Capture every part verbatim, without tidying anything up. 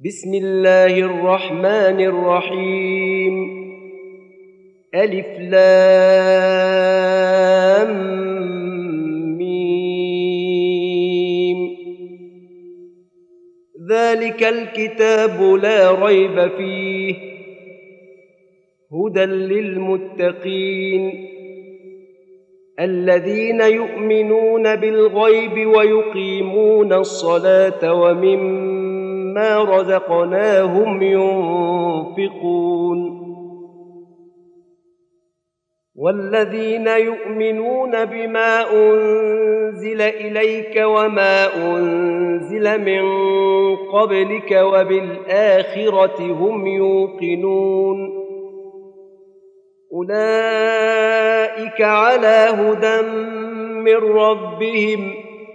بسم الله الرحمن الرحيم. ألف لام ميم. ذلك الكتاب لا ريب فيه هدى للمتقين الذين يؤمنون بالغيب ويقيمون الصلاة ومما رزقناهم ينفقون والذين يؤمنون بما أنزل إليك وما أنزل من قبلك وبالآخرة هم يوقنون أولئك على هدى من ربهم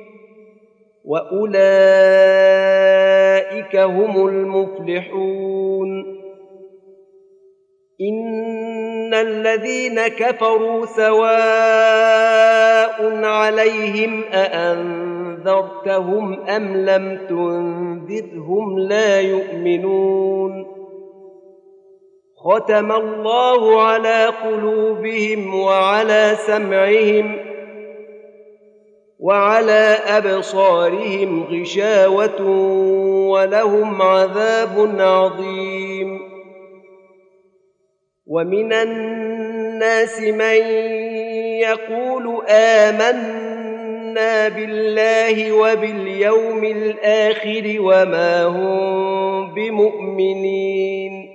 وأولئك هم المفلحون. إن الذين كفروا سواء عليهم أأنذرتهم أم لم تنذرهم لا يؤمنون. ختم الله على قلوبهم وعلى سمعهم وعلى أبصارهم غشاوة ولهم عذاب عظيم. ومن الناس من يقول آمنا بالله وباليوم الآخر وما هم بمؤمنين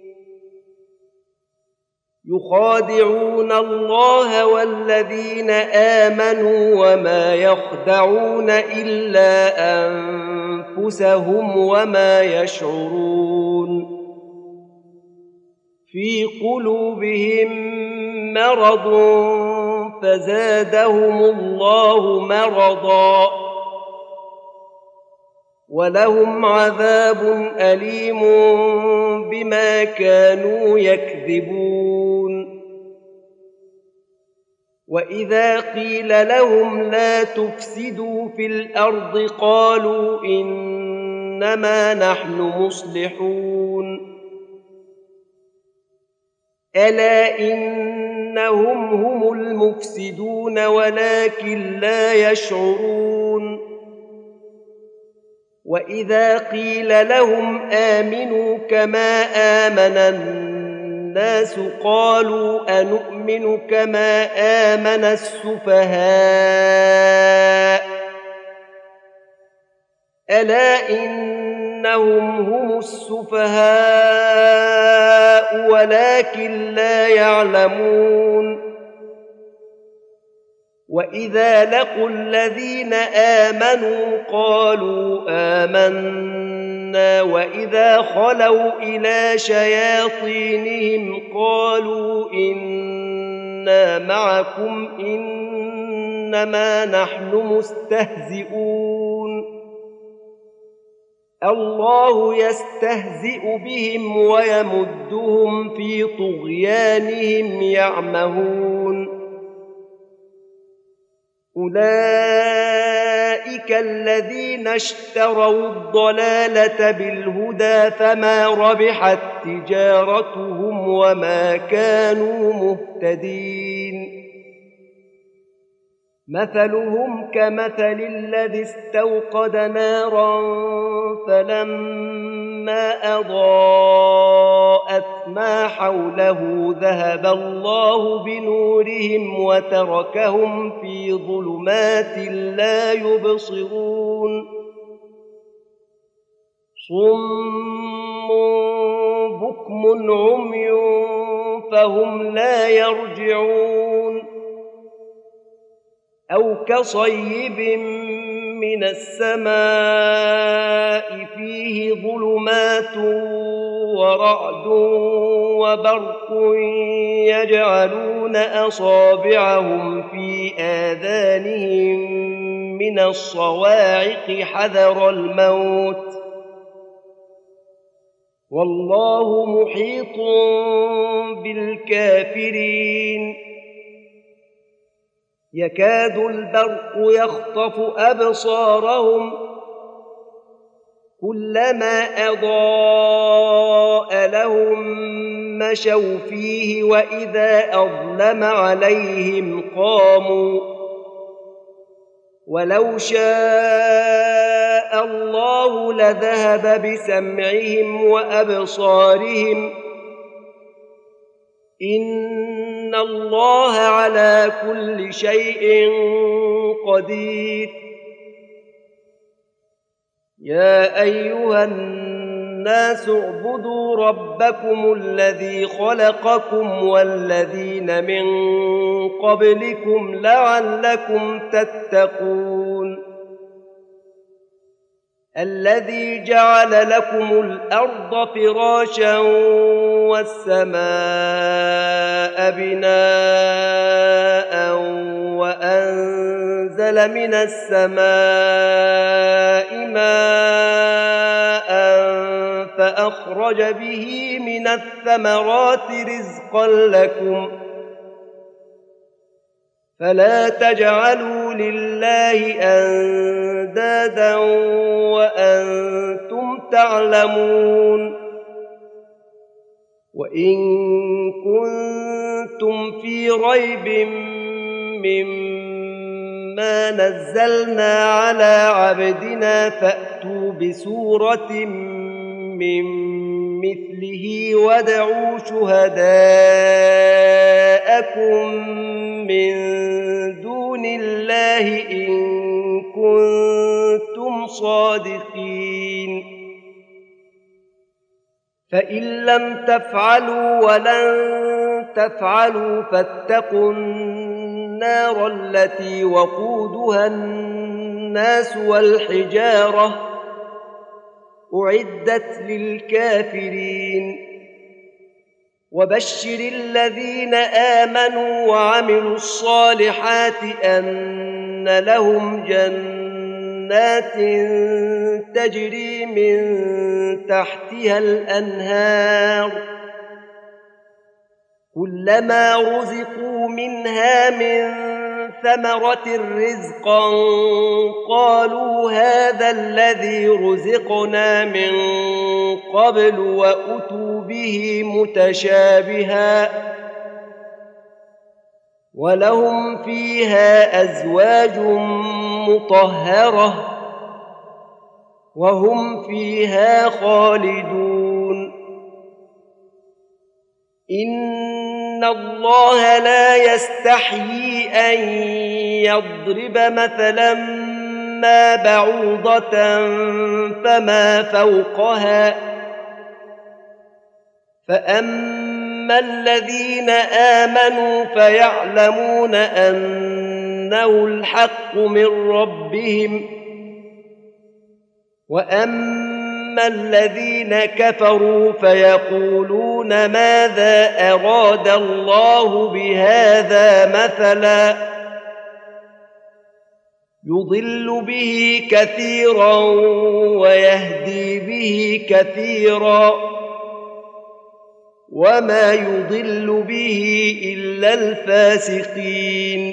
يخادعون الله والذين آمنوا وما يخدعون إلا أنفسهم وما يشعرون. في قلوبهم مرض فزادهم الله مرضا ولهم عذاب أليم بما كانوا يكذبون. وإذا قيل لهم لا تفسدوا في الأرض قالوا إنما نحن مصلحون ألا إنهم هم المفسدون ولكن لا يشعرون. وإذا قيل لهم آمنوا كما آمن الناس قالوا أنؤمن كما آمن السفهاء ألا إنهم هم السفهاء ولكن لا يعلمون. وإذا لقوا الذين آمنوا قالوا آمنا وإذا خلوا إلى شياطينهم قالوا إنا معكم إنما نحن مستهزئون الله يستهزئ بهم ويمدهم في طغيانهم يعمهون. أولئك الذين اشتروا الضلالة بالهدى فما ربحت تجارتهم وما كانوا مهتدين. مثلهم كمثل الذي استوقد نارا فلما أضاءت ما حوله ذهب الله بنورهم وتركهم في ظلمات لا يبصرون. صم بكم عمي فهم لا يرجعون. أو كصيب من السماء فيه ظلمات ورعد وبرق يجعلون أصابعهم في آذانهم من الصواعق حذر الموت والله محيط بالكافرين. يكاد البرق يخطف أبصارهم كلما أضاء لهم مشوا فيه وإذا أظلم عليهم قاموا ولو شاء الله لذهب بسمعهم وأبصارهم إن الله على كل شيء قدير يا أيها الناس اعبدوا ربكم الذي خلقكم والذين من قبلكم لعلكم تتقون الذي جعل لكم الأرض فراشا والسماء بناء وأنزل من السماء ماء فأخرج به من الثمرات رزقا لكم فلا تجعلوا لله أندادا وأنتم تعلمون وإن كنتم في ريب مما نزلنا على عبدنا فأتوا بسورة من مثله وادعوا شهداءكم من دون الله إن كنتم صادقين فإن لم تفعلوا ولن تفعلوا فاتقوا النار التي وقودها الناس والحجارة أعدت للكافرين وبشر الذين آمنوا وعملوا الصالحات أن لهم جنات تجري من تحتها الأنهار كلما رزقوا منها من ثمرة رزقا قالوا هذا الذي رزقنا من قبل وأتوا به متشابها ولهم فيها أزواج مطهرة وهم فيها خالدون إن الله لا يستحيي أن يضرب مثلا ما بعوضة فما فوقها فأما الذين آمنوا فيعلمون أنه الحق من ربهم وأما الذين كفروا فيقولون ماذا أراد الله بهذا مثلا يضل به كثيرا ويهدي به كثيرا وما يضل به إلا الفاسقين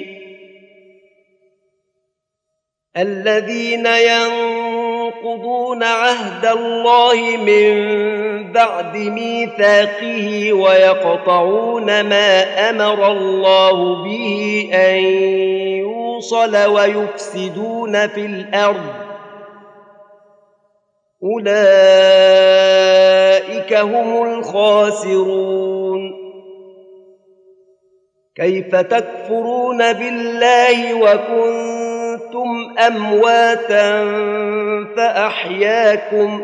الذين ينقضون عهد الله من بعد ميثاقه ويقطعون ما أمر الله به أن يوصل ويفسدون في الأرض أولئك هم الخاسرون كيف تكفرون بالله وكنتم أمواتا فأحياكم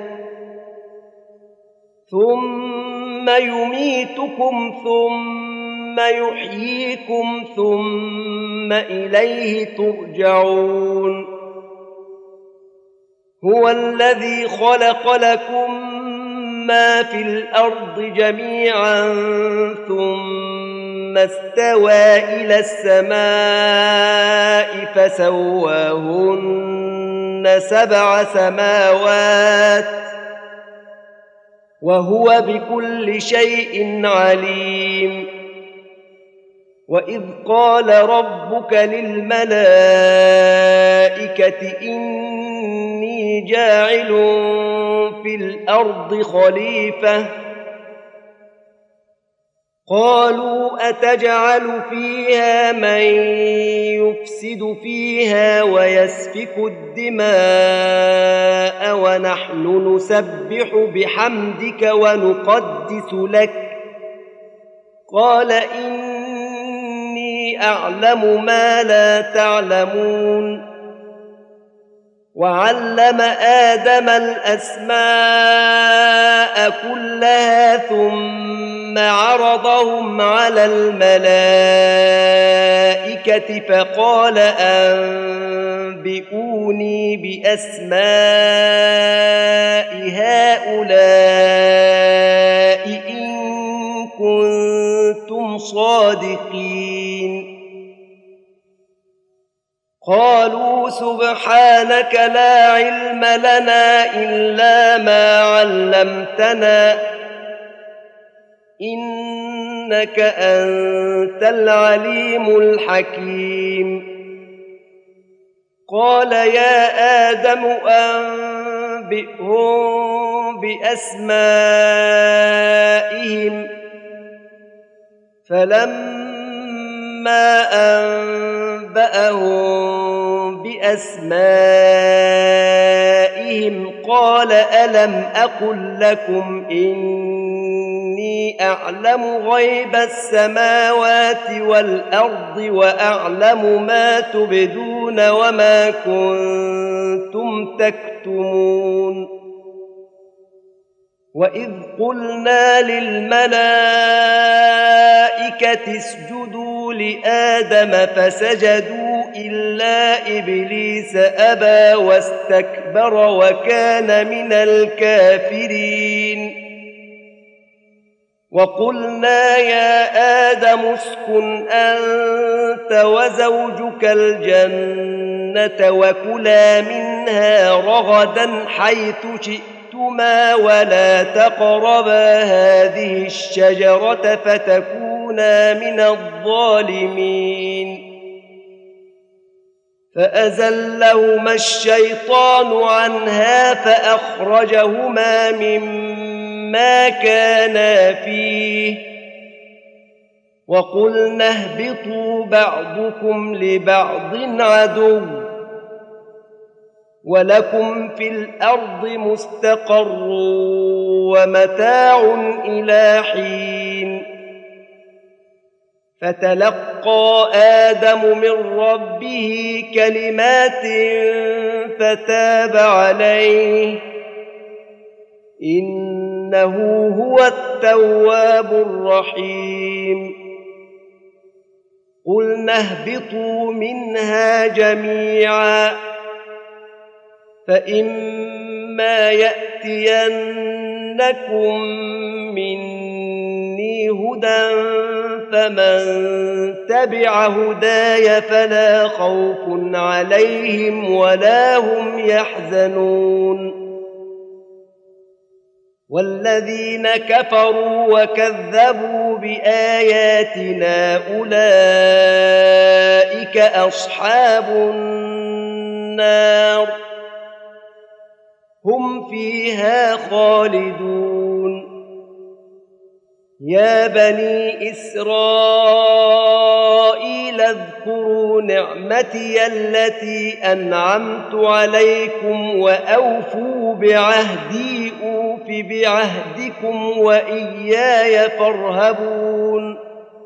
ثم يميتكم ثم يحييكم ثم إليه ترجعون هو الذي خلق لكم ما في الأرض جميعا ثم استوى إلى السماء فسواهن سبع سماوات وهو بكل شيء عليم وإذ قال ربك للملائكة إني إني جاعل في الأرض خليفة قالوا أتجعل فيها من يفسد فيها ويسفك الدماء ونحن نسبح بحمدك ونقدس لك قال إني أعلم ما لا تعلمون وعلم آدم الأسماء كلها ثم عرضهم على الملائكة فقال أنبئوني بأسماء هؤلاء إن كنتم صادقين قالوا سبحانك لا علم لنا إلا ما علمتنا إنك أنت العليم الحكيم قال يا آدم أنبئهم بأسمائهم فلما أنبأهم بأسمائهم قال ألم أقل لكم إني أعلم غيب السماوات والأرض وأعلم ما تبدون وما كنتم تكتمون وإذ قلنا للملائكة اسجدوا لآدم فسجدوا إلا إبليس أبى واستكبر وكان من الكافرين وقلنا يا آدم اسكن أنت وزوجك الجنة وكلا منها رغدا حيث شئتما ولا تقربا هذه الشجرة فتكونا من الظالمين فأزلهما الشيطان عنها فأخرجهما مما كانا فيه وقلنا اهبطوا بعضكم لبعض عدو ولكم في الأرض مستقر ومتاع إلى حين فتلقى آدم من ربه كلمات فتاب عليه إنه هو التواب الرحيم قلنا اهبطوا منها جميعا فإما يأتينكم مني هدى فمن تبع هداي فلا خوف عليهم ولا هم يحزنون والذين كفروا وكذبوا بآياتنا أولئك أصحاب النار هم فيها خالدون يا بني إسرائيل اذكروا نعمتي التي أنعمت عليكم وأوفوا بعهدي أوف بعهدكم وإياي فارهبون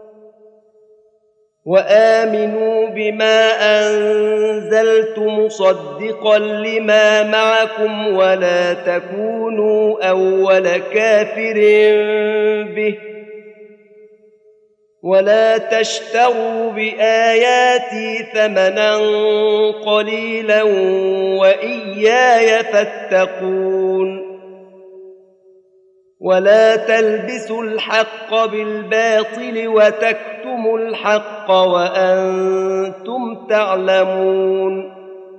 وآمنوا بما أنزلت مصدقا لما معكم ولا تكونوا أول كافر به ولا تشتروا بآياتي ثمنا قليلا وإياي فاتقون ولا تلبسوا الحق بالباطل وتكتموا الحق وأنتم تعلمون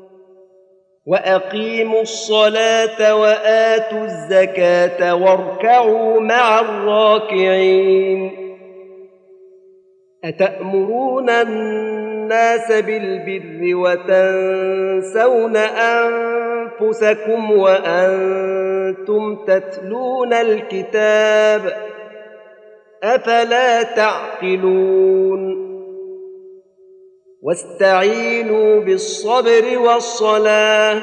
وأقيموا الصلاة وآتوا الزكاة واركعوا مع الراكعين أتأمرون الناس بالبر وتنسون أنفسكم أنفسكم وأنتم تتلون الكتاب أفلا تعقلون واستعينوا بالصبر والصلاة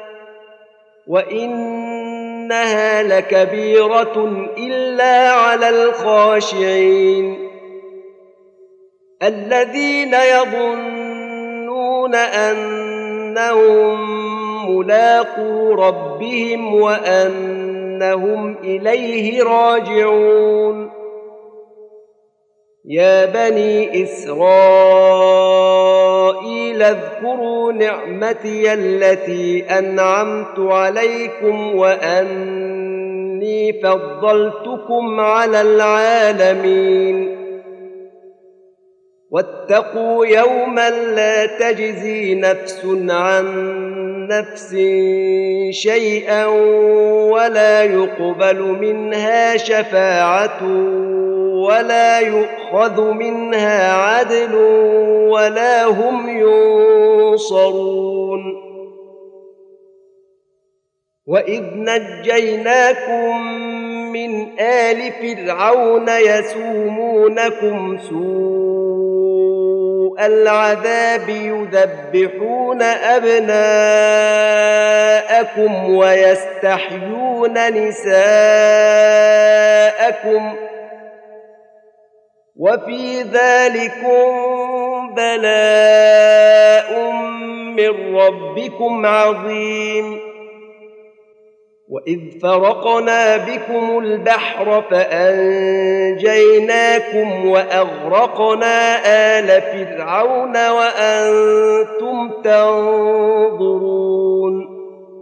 وإنها لكبيرة إلا على الخاشعين الذين يظنون أنهم ملاقو ربهم وأنهم إليه راجعون يا بني إسرائيل اذكروا نعمتي التي أنعمت عليكم وأني فضلتكم على العالمين واتقوا يوما لا تجزي نفس عن نفس شيئا ولا يقبل منها شفاعة ولا يؤخذ منها عدل ولا هم ينصرون وإذ نجيناكم من آل فرعون يسومونكم سوء العذاب يذبحون أبناءكم ويستحيون نساءكم وفي ذلكم بلاء من ربكم عظيم وإذ فرقنا بكم البحر فأنجيناكم وأغرقنا آل فرعون وأنتم تنظرون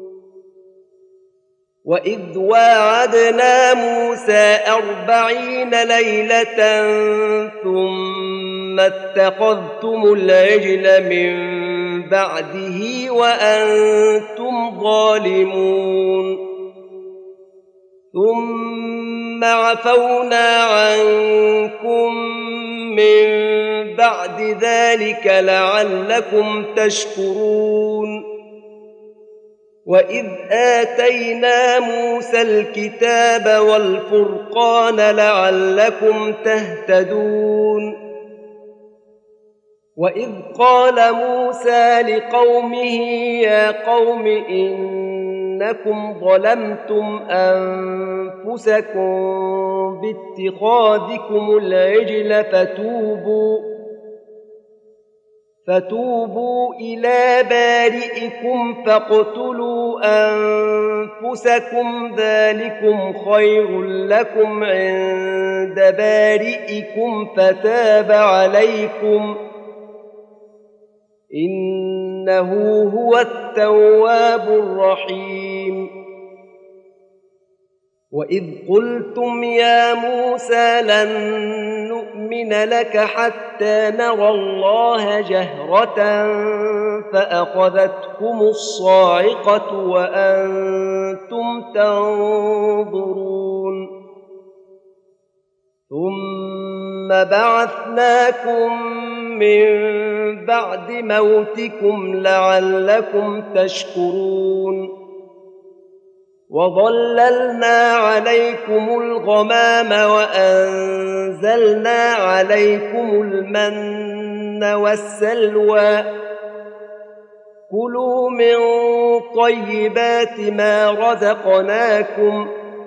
وإذ واعدنا موسى أربعين ليلة ثم اتخذتم العجل من بعده وأنتم ظالمون ثم عفونا عنكم من بعد ذلك لعلكم تشكرون وإذ آتينا موسى الكتاب والفرقان لعلكم تهتدون وإذ قال موسى لقومه يا قوم إنكم ظلمتم أنفسكم باتخاذكم العجل فتوبوا فتوبوا إلى بارئكم فاقتلوا أنفسكم ذلكم خير لكم عند بارئكم فتاب عليكم إنه هو التواب الرحيم وإذ قلتم يا موسى لن نؤمن لك حتى نرى الله جهرة فأخذتكم الصاعقة وأنتم تنظرون ثم بعثناكم من بعد موتكم لعلكم تشكرون وظللنا عليكم الغمام وأنزلنا عليكم المن والسلوى كلوا من طيبات ما رزقناكم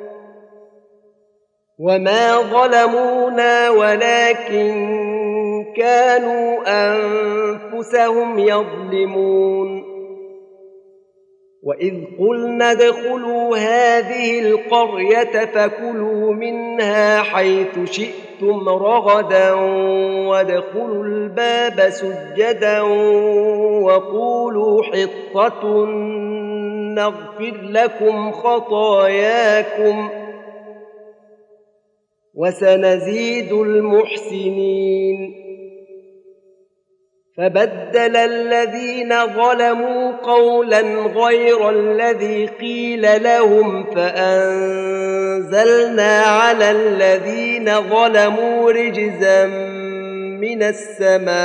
وما ظلمونا ولكن كانوا أنفسهم يظلمون وإذ قلنا ادخلوا هذه القرية فكلوا منها حيث شئتم رغدا وادخلوا الباب سجدا وقولوا حطة نغفر لكم خطاياكم وسنزيد المحسنين فبدل الذين ظلموا قولا غير الذي قيل لهم فأنزلنا على الذين ظلموا رجزا من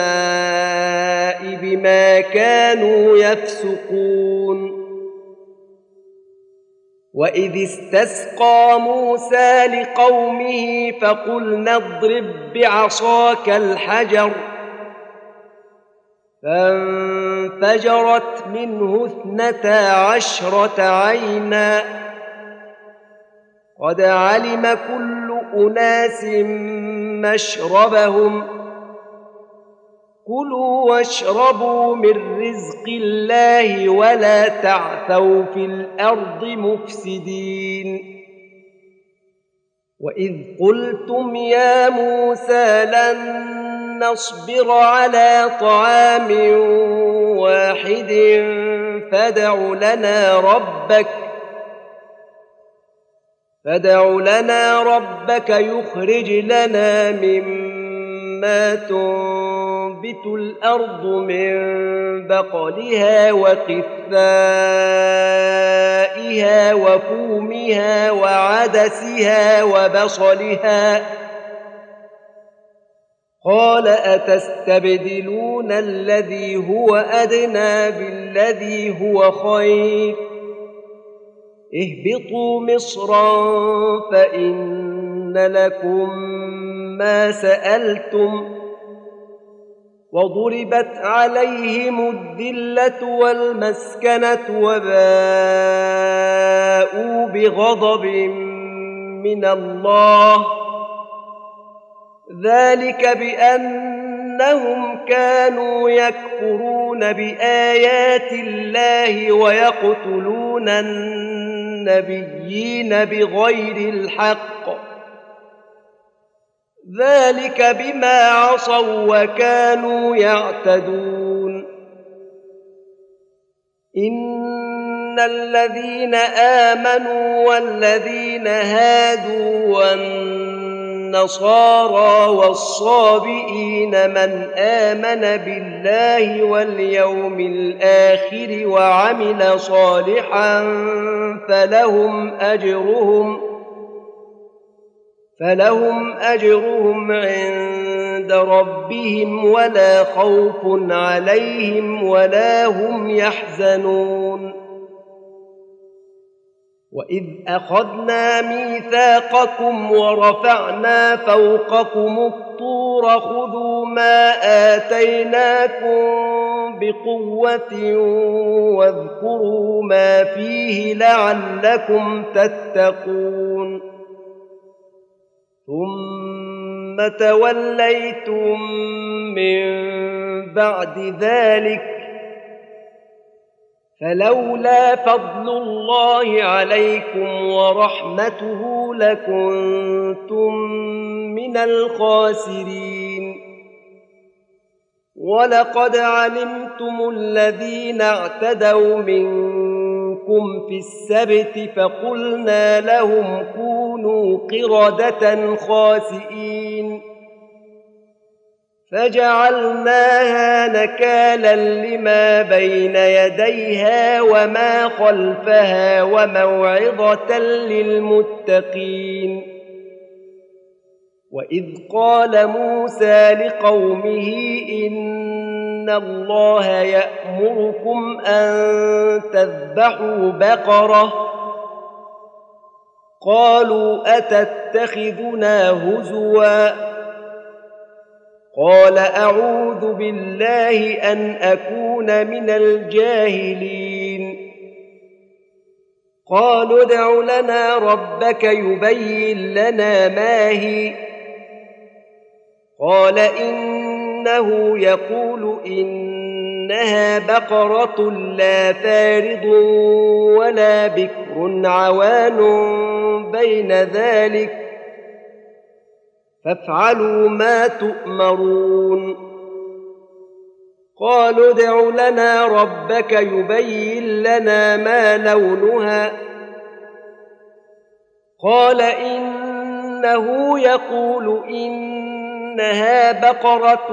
السماء بما كانوا يفسقون وإذ استسقى موسى لقومه فقلنا اضرب بعصاك الحجر فانفجرت منه اثنتا عشرة عينا قد علم كل أناس مشربهم كلوا واشربوا من رزق الله ولا تعثوا في الأرض مفسدين وإذ قلتم يا موسى لن نصبر على طعام واحد فادع لنا ربك فادع لنا ربك يخرج لنا مما تنبت الأرض من بقلها وقثائها وفومها وعدسها وبصلها قال أتستبدلون الذي هو أدنى بالذي هو خير اهبطوا مصرا فإن لكم ما سألتم وضربت عليهم الذلة والمسكنة وباءوا بغضب من الله ذلك بأنهم كانوا يكفرون بآيات الله ويقتلون النبيين بغير الحق ذلك بما عصوا وكانوا يعتدون إن الذين آمنوا والذين هادوا والنصارى والصابئين من آمن بالله واليوم الآخر وعمل صالحا فلهم أجرهم فلهم أجرهم عند ربهم ولا خوف عليهم ولا هم يحزنون وإذ أخذنا ميثاقكم ورفعنا فوقكم الطور خذوا ما آتيناكم بقوة واذكروا ما فيه لعلكم تتقون ثم توليتم من بعد ذلك فلولا فضل الله عليكم ورحمته لكنتم من الخاسرين ولقد علمتم الذين اعتدوا منكم في السبت فقلنا لهم كونوا قردة خاسئين فجعلناها نكالا لما بين يديها وما خلفها وموعظة للمتقين وإذ قال موسى لقومه إن الله يأمركم أن تذبحوا بقرة قالوا أتتخذنا هزوا قال أعوذ بالله أن أكون من الجاهلين قالوا ادع لنا ربك يبين لنا ما هي قال إنه يقول إنها بقرة لا فارض ولا بكر عوان بين ذلك فافعلوا ما تؤمرون قالوا ادع لنا ربك يبين لنا ما لونها قال إنه يقول إنها بقرة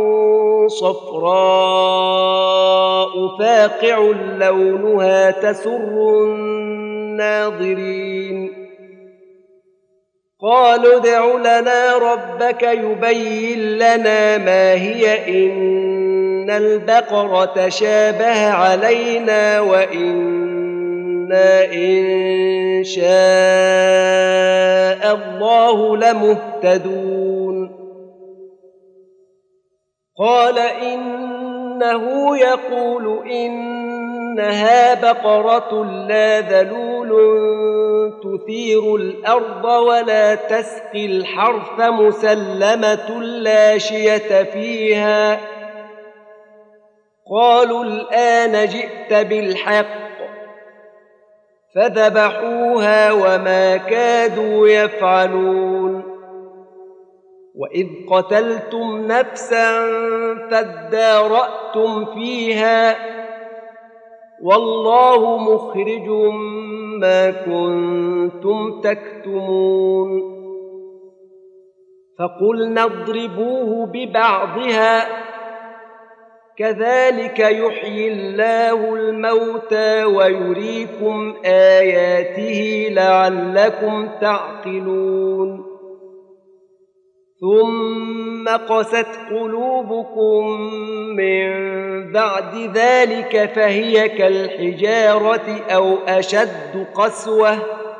صفراء فاقع لونها تسر الناظرين قالوا ادع لنا ربك يبين لنا ما هي إن البقرة شابه علينا وإنا إنا إن شاء الله لمهتدون قال إنه يقول إنها بقرة لا ذلول تثير الأرض ولا تسقي الحرث مسلمة لا شية فيها قالوا الآن جئت بالحق فذبحوها وما كادوا يفعلون وإذ قتلتم نفسا فادارأتم فيها والله مخرج ما كنتم تكتمون فقلنا اضربوه ببعضها كذلك يحيي الله الموتى ويريكم آياته لعلكم تعقلون ثم قست قلوبكم من بعد ذلك فهي كالحجارة أو أشد قسوة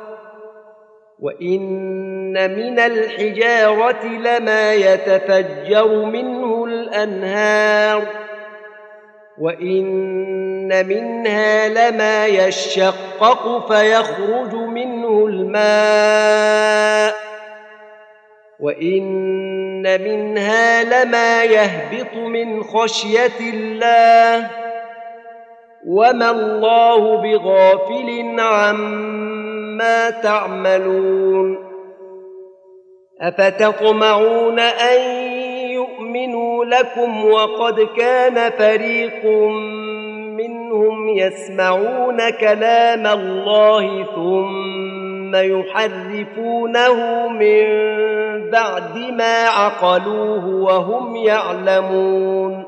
وإن من الحجارة لما يتفجر منه الأنهار وإن منها لما يشقق فيخرج منه الماء وإن منها لما يهبط من خشية الله وما الله بغافل عما تعملون أفتطمعون أن يؤمنوا لكم وقد كان فريق منهم يسمعون كلام الله ثم يحرفونه من بعد ما عقلوه وهم يعلمون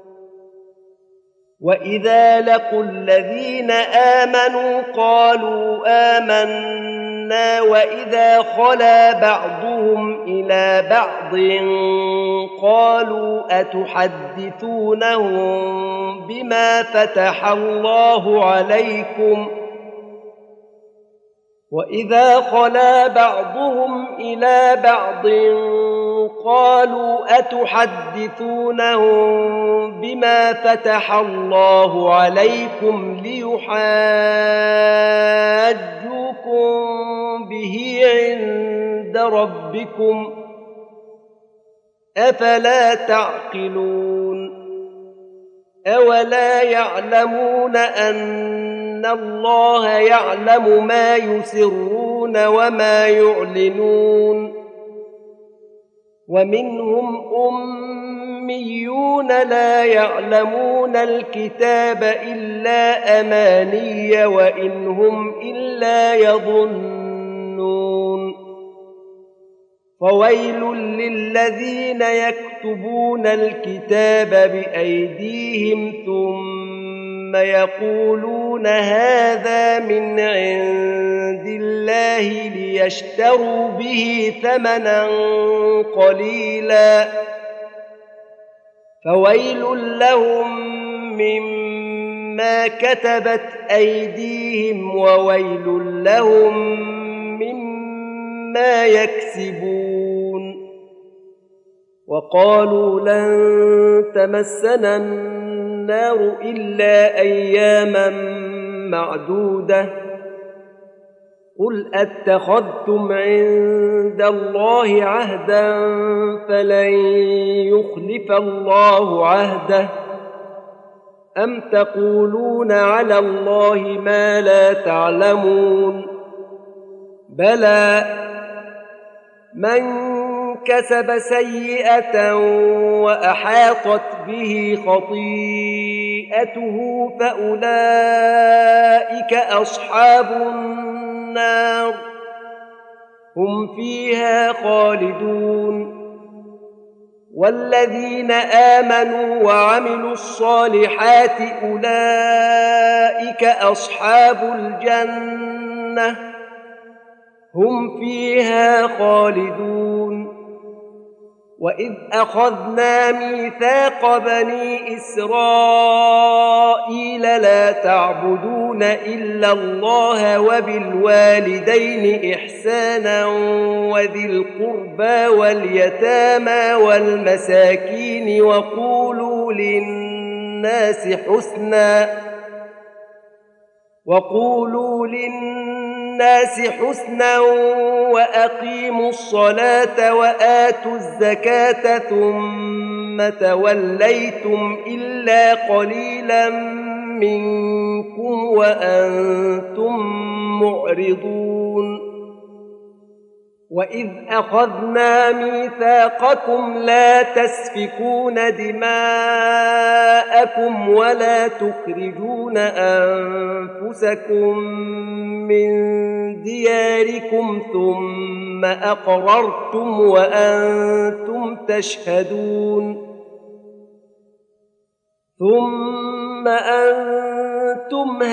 وإذا لقوا الذين آمنوا قالوا آمنا وإذا خلا بعضهم إلى بعض قالوا أتحدثونهم بما فتح الله عليكم وإذا خلا بعضهم إلى بعض قالوا أتحدثونهم بما فتح الله عليكم ليحاجوكم به عند ربكم أفلا تعقلون أولا يعلمون أن الله يعلم ما يسرون وما يعلنون ومنهم أميون لا يعلمون الكتاب إلا أماني وإن هم إلا يظنون فويل للذين يكتبون الكتاب بأيديهم ثم يقولون هذا من عند الله ليشتروا به ثمنا قليلا فويل لهم مما كتبت أيديهم وويل لهم مما يكسبون وقالوا لن تمسنا النار إلا أياما معدودة قل أتخذتم عند الله عهدا فلن يخلف الله عهده أم تقولون على الله ما لا تعلمون بلى من كسب سيئة وأحاطت به خطيئته فأولئك أصحاب النار هم فيها خالدون والذين آمنوا وعملوا الصالحات أولئك أصحاب الجنة هم فيها خالدون وإذ أخذنا ميثاق بني إسرائيل لا تعبدون إلا الله وبالوالدين إحسانا وذي القربى واليتامى والمساكين وقولوا للناس حسنا وقولوا للناس حسنا وأقيموا الصلاة وآتوا الزكاة ثم توليتم إلا قليلا منكم وأنتم معرضون وإذ أخذنا ميثاقكم لا تسفكون دماءكم ولا تخرجون أنفسكم من دياركم ثم أقررتم وأنتم تشهدون ثم أنتم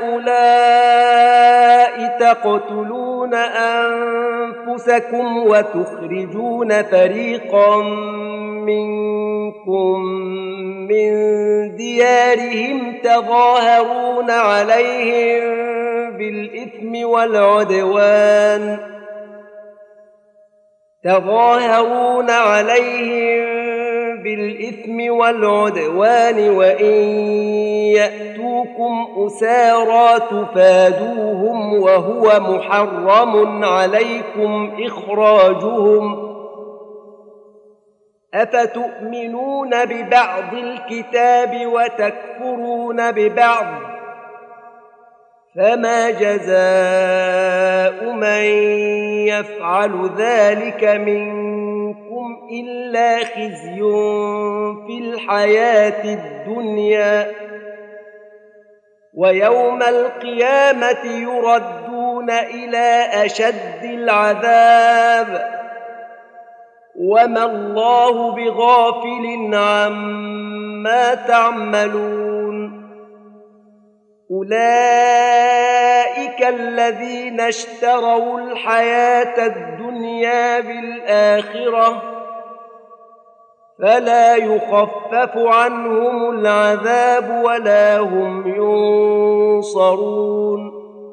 هؤلاء تقتلون أنفسكم وتخرجون فريقا منكم من ديارهم تظاهرون عليهم بالإثم والعدوان تظاهرون عليهم بالإثم والعدوان وإن يأتوكم أسارى تفادوهم وهو محرم عليكم إخراجهم أفتؤمنون ببعض الكتاب وتكفرون ببعض فما جزاء من يفعل ذلك منكم إلا خزي في الحياة الدنيا ويوم القيامة يردون إلى أشد العذاب وما الله بغافل عما تعملون أولئك الذين اشتروا الحياة الدنيا بالآخرة فلا يخفف عنهم العذاب ولا هم ينصرون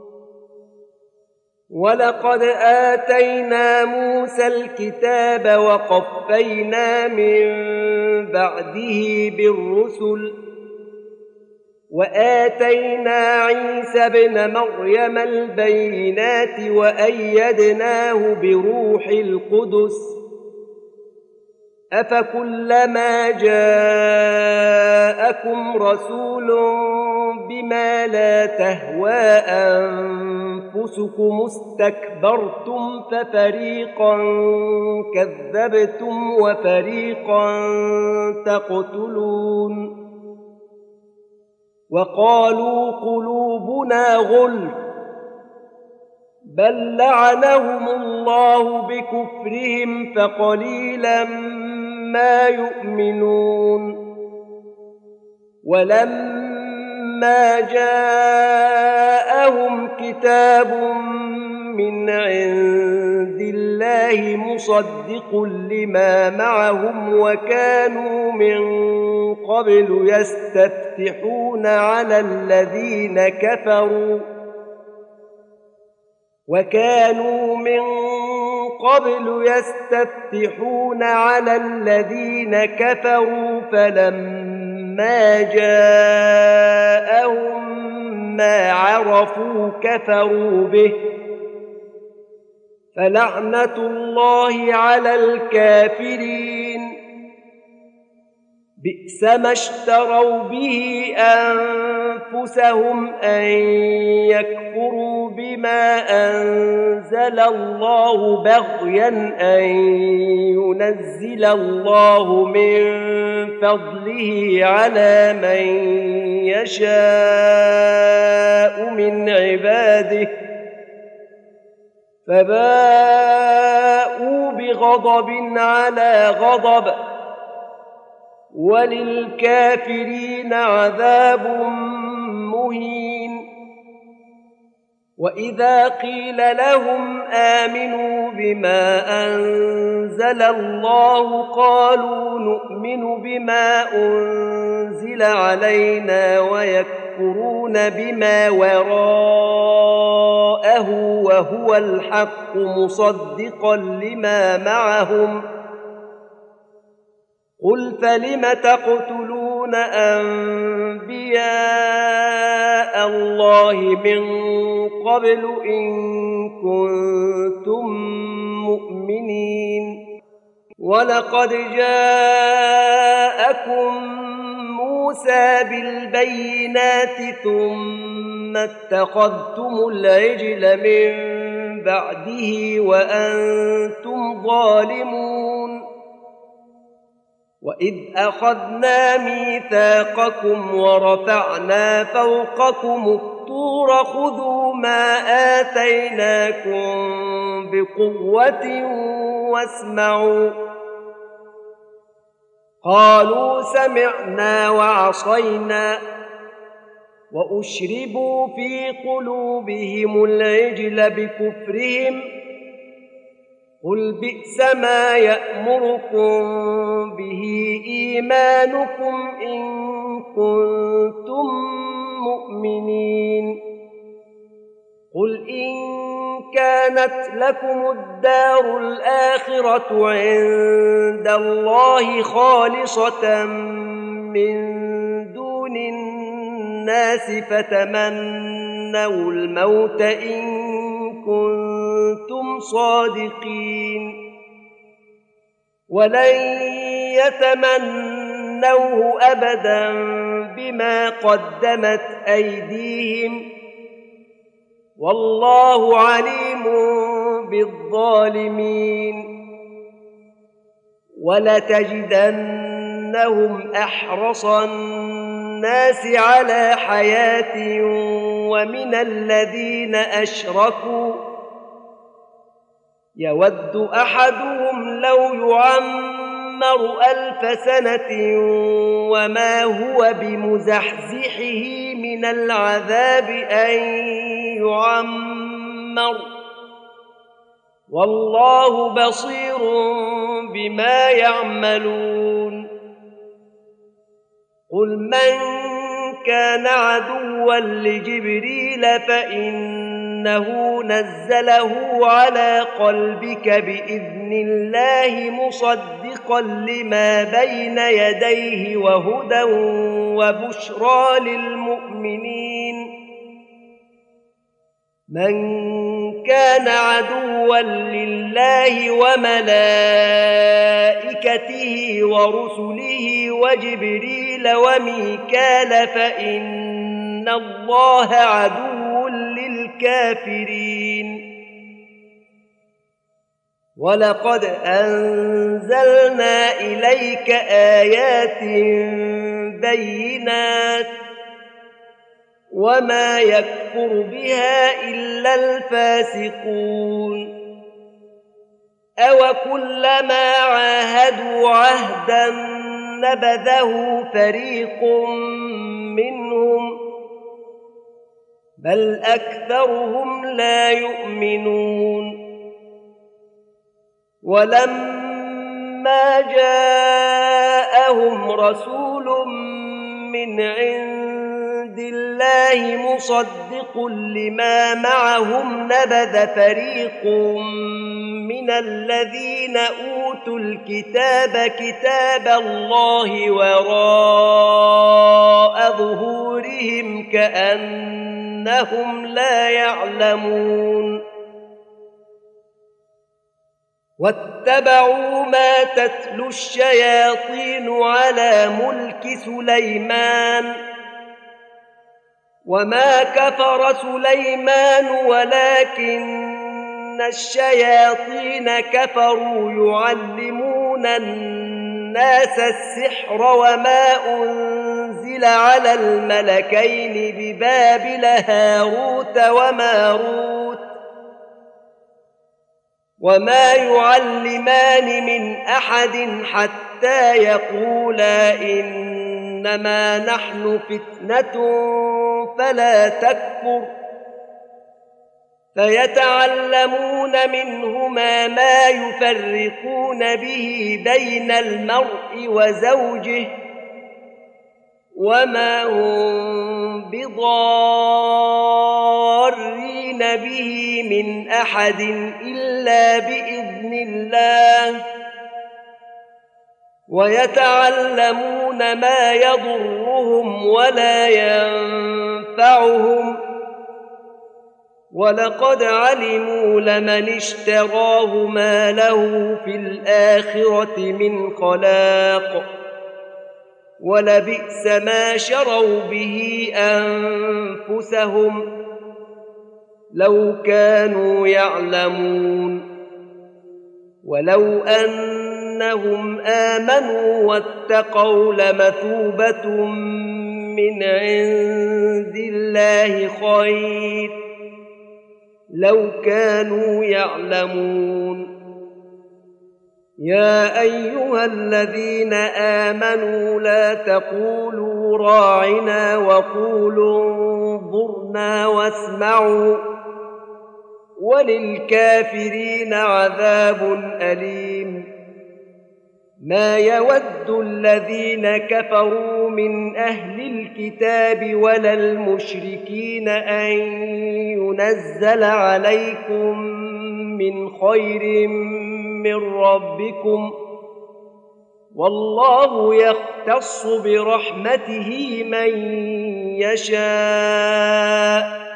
ولقد آتينا موسى الكتاب وقفينا من بعده بالرسل وآتينا عيسى ابن مريم البينات وأيدناه بروح القدس أفكلما جاءكم رسول بما لا تهوى أنفسكم استكبرتم ففريقا كذبتم وفريقا تقتلون وقالوا قلوبنا غلف بل لعنهم الله بكفرهم فقليلا ما يؤمنون ولما جاءهم كتاب من عند الله مصدق لما معهم وكانوا من قبل يستفتحون على الذين كفروا وكانوا من قبل يستفتحون على الذين كفروا فلما جاءهم ما عرفوا كفروا به فلعنة الله على الكافرين بئس ما اشتروا به أنفسهم أن يكفروا بما أنزل الله بغيا أن ينزل الله من فضله على من يشاء من عباده فباءوا بغضب على غضب وللكافرين عذاب مهين وإذا قيل لهم آمنوا بما أنزل الله قالوا نؤمن بما أنزل علينا ويكفرون بما وراءه وهو الحق مصدقا لما معهم قل فلم تقتلون أنبياء الله من قبل إن كنتم مؤمنين ولقد جاءكم موسى بالبينات ثم اتخذتم العجل من بعده وأنتم ظالمون وإذ أخذنا ميثاقكم ورفعنا فوقكم الطور خذوا ما آتيناكم بقوة واسمعوا قالوا سمعنا وعصينا وأشربوا في قلوبهم العجل بكفرهم قل بئس ما يأمركم به إيمانكم إن كنتم مؤمنين قل إن كانت لكم الدار الآخرة عند الله خالصة من دون الناس فتمنوا الموت إن كنتم صادقين ولن يتمنوه أبدا بما قدمت أيديهم والله عليم بالظالمين ولتجدنهم أحرص الناس على حياة ومن الذين أشركوا يود أحدهم لو يعمر ألف سنة وما هو بمزحزحه من العذاب أن يعمر والله بصير بما يعملون قل من كان عدوا لجبريل فإنه نزله على قلبك بإذن الله مصدقا لما بين يديه وهدى وبشرى للمؤمنين من كان عدوا لله وملائكته ورسله وجبريل وميكال فإن الله عدو للكافرين ولقد أنزلنا إليك آيات بينات وما يكفر بها إلا الفاسقون أوكلما عاهدوا عهدا نبذه فريق منهم بل أكثرهم لا يؤمنون ولما جاءهم رسول من عند الله مصدق لما معهم نبذ فريق من الذين أوتوا الكتاب كتاب الله وراء ظهورهم كأنهم لا يعلمون واتبعوا ما تتلو الشياطين على ملك سليمان وما كفر سليمان ولكن الشياطين كفروا يعلمون الناس السحر وما أنزل على الملكين ببابل هاروت وماروت وما يعلمان من أحد حتى يقولا إنما نحن فتنة فلا تكفر فيتعلمون منهما ما يفرقون به بين المرء وزوجه وما هم بضارين به من أحد إلا بإذن الله ويتعلمون ما يضرهم ولا ينفعهم ولقد علموا لمن اشتراه ما له في الآخرة من خلاق ولبئس ما شروا به أنفسهم لو كانوا يعلمون ولو أنهم آمنوا واتقوا لمثوبة من عند الله خير لو كانوا يعلمون يا أيها الذين آمنوا لا تقولوا راعنا وقولوا انظرنا واسمعوا وللكافرين عذاب أليم ما يود الذين كفروا من أهل الكتاب ولا المشركين أن ينزل عليكم من خير من ربكم والله يختص برحمته من يشاء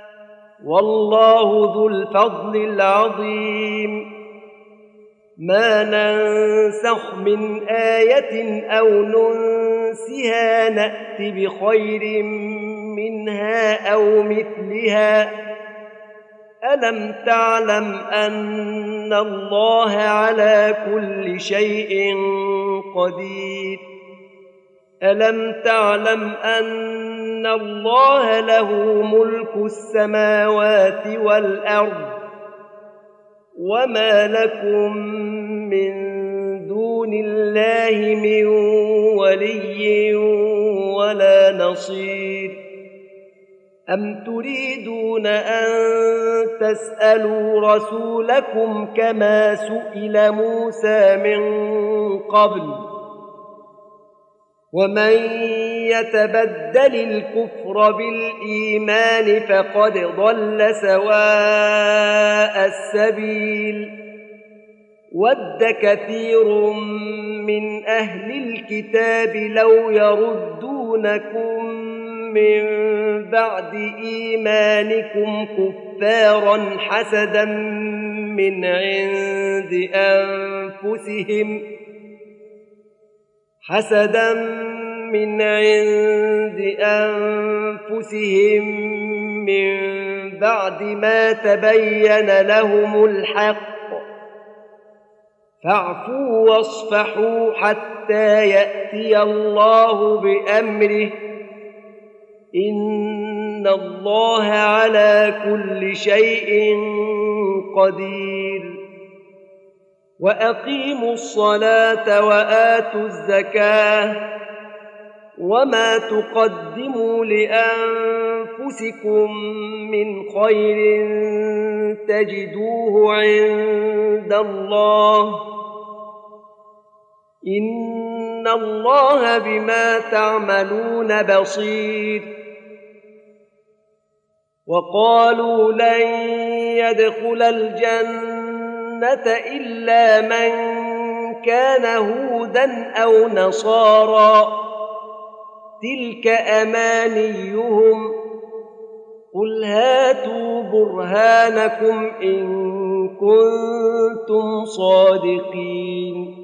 والله ذو الفضل العظيم ما ننسخ من آية أو ننسها نأت بخير منها أو مثلها ألم تعلم أن الله على كل شيء قدير ألم تعلم أن الله له ملك السماوات والأرض وما لكم من دون الله من ولي ولا نصير أم تريدون أن تسألوا رسولكم كما سئل موسى من قبل ومن يتبدل الكفر بالإيمان فقد ضل سواء السبيل ود كثير من أهل الكتاب لو يردونكم من بعد إيمانكم كفارا حسدا من عند أنفسهم حسدا من عند أنفسهم من بعد ما تبين لهم الحق فاعفوا واصفحوا حتى يأتي الله بأمره إن الله على كل شيء قدير وأقيموا الصلاة وآتوا الزكاة وما تقدموا لأنفسكم من خير تجدوه عند الله إن الله بما تعملون بصير وقالوا لن يدخل الجنة إلا من كان هودا أو نصارى تلك أمانيهم قل هاتوا برهانكم إن كنتم صادقين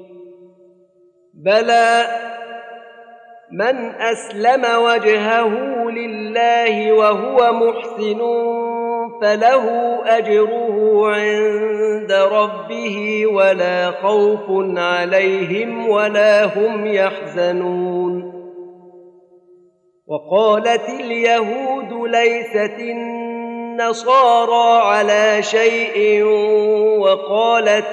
بلى من أسلم وجهه لله وهو محسن فله أجره عند ربه ولا خوف عليهم ولا هم يحزنون وقالت اليهود ليست النصارى على شيء وقالت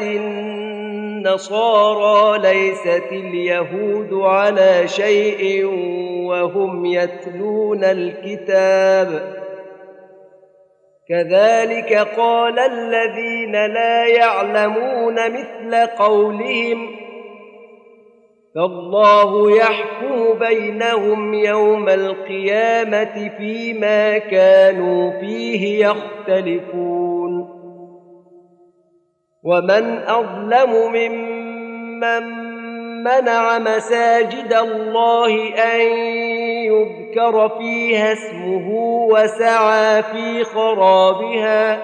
النصارى ليست اليهود على شيء وهم يتلون الكتاب كذلك قال الذين لا يعلمون مثل قولهم فالله يحكم بينهم يوم القيامة فيما كانوا فيه يختلفون ومن أظلم ممن منع مساجد الله أن يذكر فيها اسمه وسعى في خرابها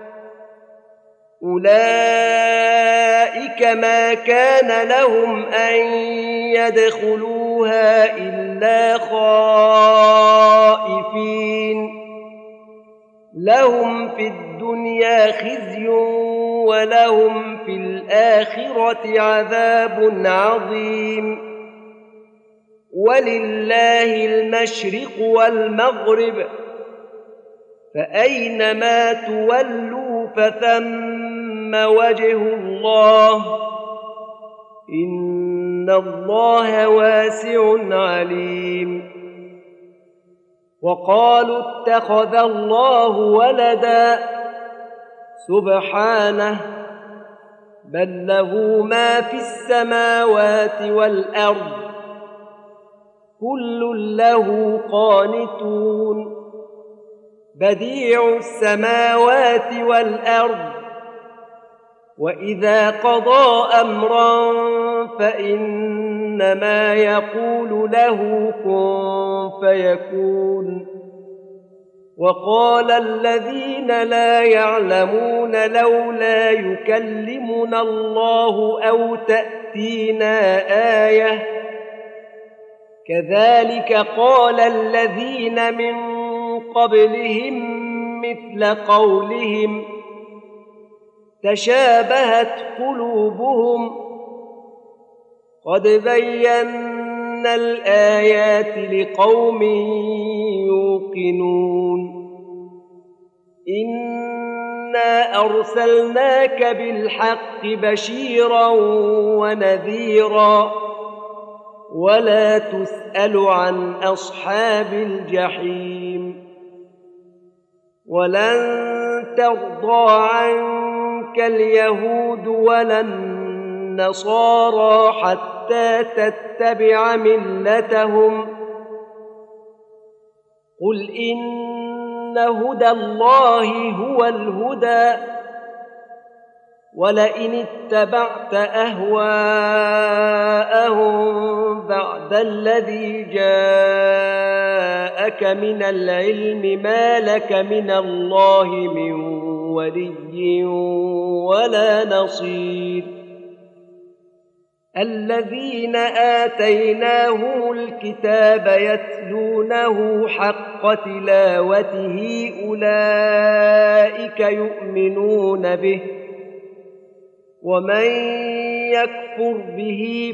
أولئك ما كان لهم أن يدخلوها إلا خائفين لهم في الدنيا خزي ولهم في الآخرة عذاب عظيم ولله المشرق والمغرب فأينما تولوا فثم وجه الله إن الله واسع عليم وقالوا اتخذ الله ولدا سبحانه بل له ما في السماوات والأرض كل له قانتون بديع السماوات والأرض وإذا قضى أمرا فإنما يقول له كن فيكون وقال الذين لا يعلمون لولا يكلمنا الله أو تأتينا آية كذلك قال الذين من قبلهم مثل قولهم تشابهت قلوبهم قد بينا الآيات لقوم يوقنون إنا أرسلناك بالحق بشيرا ونذيرا ولا تسأل عن أصحاب الجحيم ولن ترضى عنك اليهود ولا النصارى حتى تتبع ملتهم قل إن هدى الله هو الهدى ولئن اتبعت أهواءهم بعد الذي جاءك من العلم ما لك من الله من ولي ولا نصير الذين آتيناهم الكتاب يتلونه حق تلاوته أولئك يؤمنون به ومن يكفر به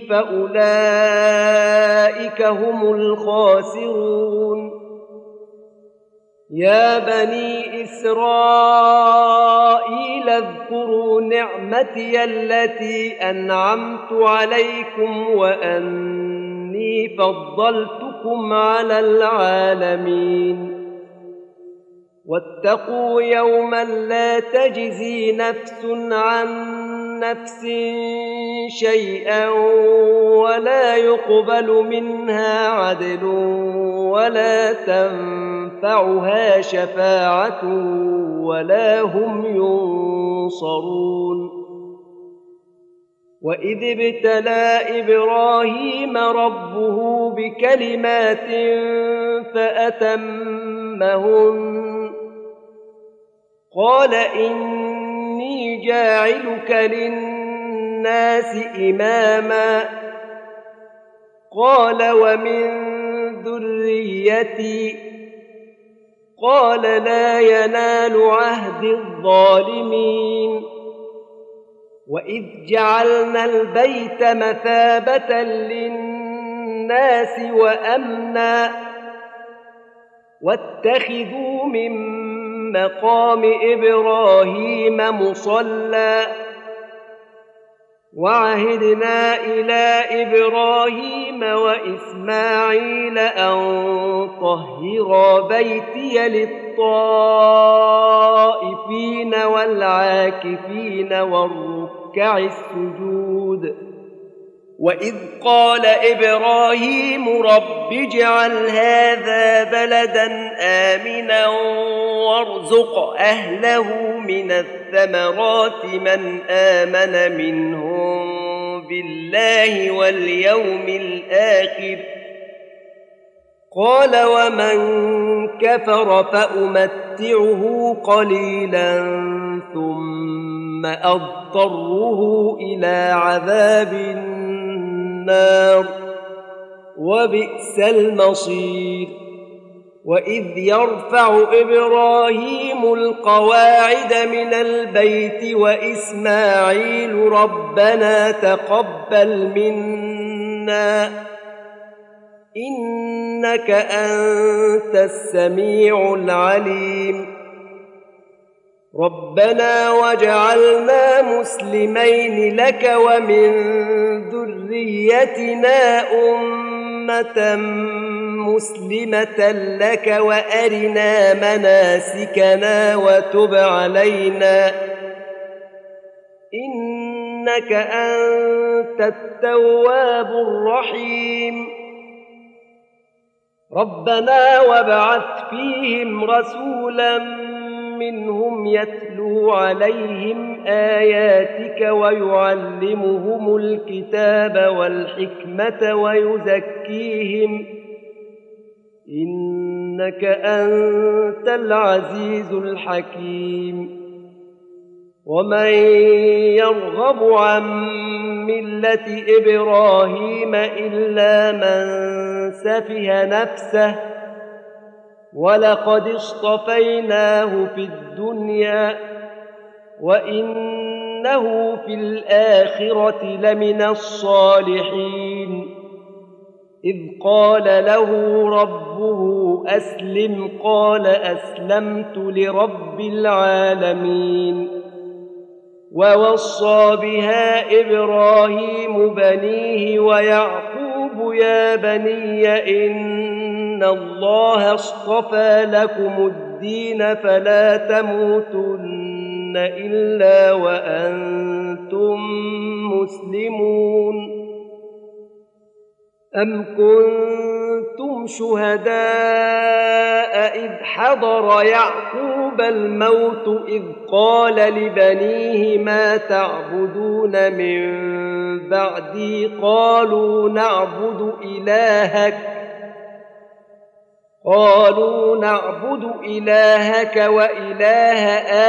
فأولئك هم الخاسرون يا بني إسرائيل اذكروا نعمتي التي أنعمت عليكم وأني فضلتكم على العالمين واتقوا يوما لا تجزي نفس عن نفس شيئا ولا يقبل منها عدل ولا تنفعها شفاعة ولا هم ينصرون وإذ ابتلى إبراهيم ربه بكلمات فأتمهن قال إني جاعلك للناس إماما قال ومن ذريتي قال لا ينال عهد الظالمين وإذ جعلنا البيت مثابة للناس وأمنا واتخذوا من مقام إبراهيم مصلى وعهدنا إلى إبراهيم وإسماعيل أن طهرا بيتي للطائفين والعاكفين والركع السجود وإذ قال إبراهيم رب اجعل هذا بلدا آمنا وارزق أهله من الثمرات من آمن منهم بالله واليوم الآخر قال ومن كفر فأمتعه قليلا ثم أضطره إلى عذاب النار وبئس المصير وإذ يرفع إبراهيم القواعد من البيت وإسماعيل ربنا تقبل منا إنك أنت السميع العليم ربنا واجعلنا مسلمين لك ومن ذريتنا أمة مسلمة لك وأرنا مناسكنا وتب علينا إنك أنت التواب الرحيم ربنا وابعث فيهم رسولا منهم يتلو عليهم آياتك ويعلمهم الكتاب والحكمة ويزكيهم إنك أنت العزيز الحكيم ومن يرغب عن ملة إبراهيم إلا من سفه نفسه ولقد اصطفيناه في الدنيا وإنه في الآخرة لمن الصالحين إذ قال له ربه أسلم قال أسلمت لرب العالمين ووصى بها إبراهيم بنيه ويعقوب يا بني إن الله اصطفى لكم الدين فلا تموتن إلا وأنتم مسلمون أم كنتم شهداء إذ حضر يعقوب الموت إذ قال لبنيه ما تعبدون من بعدي قالوا نعبد إلهك قالوا نعبد إلهك وإله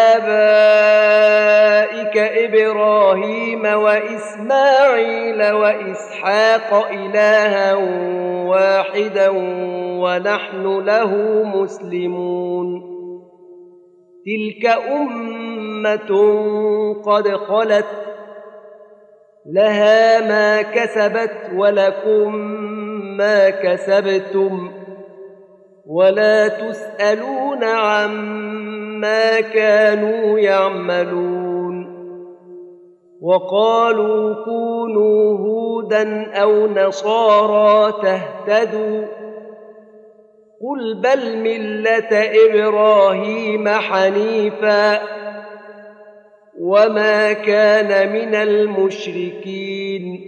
آبائك إبراهيم وإسماعيل وإسحاق إلها واحدا ونحن له مسلمون تلك أمة قد خلت لها ما كسبت ولكم ما كسبتم ولا تسألون عما كانوا يعملون وقالوا كونوا هودا أو نصارى تهتدوا قل بل ملة إبراهيم حنيفا وما كان من المشركين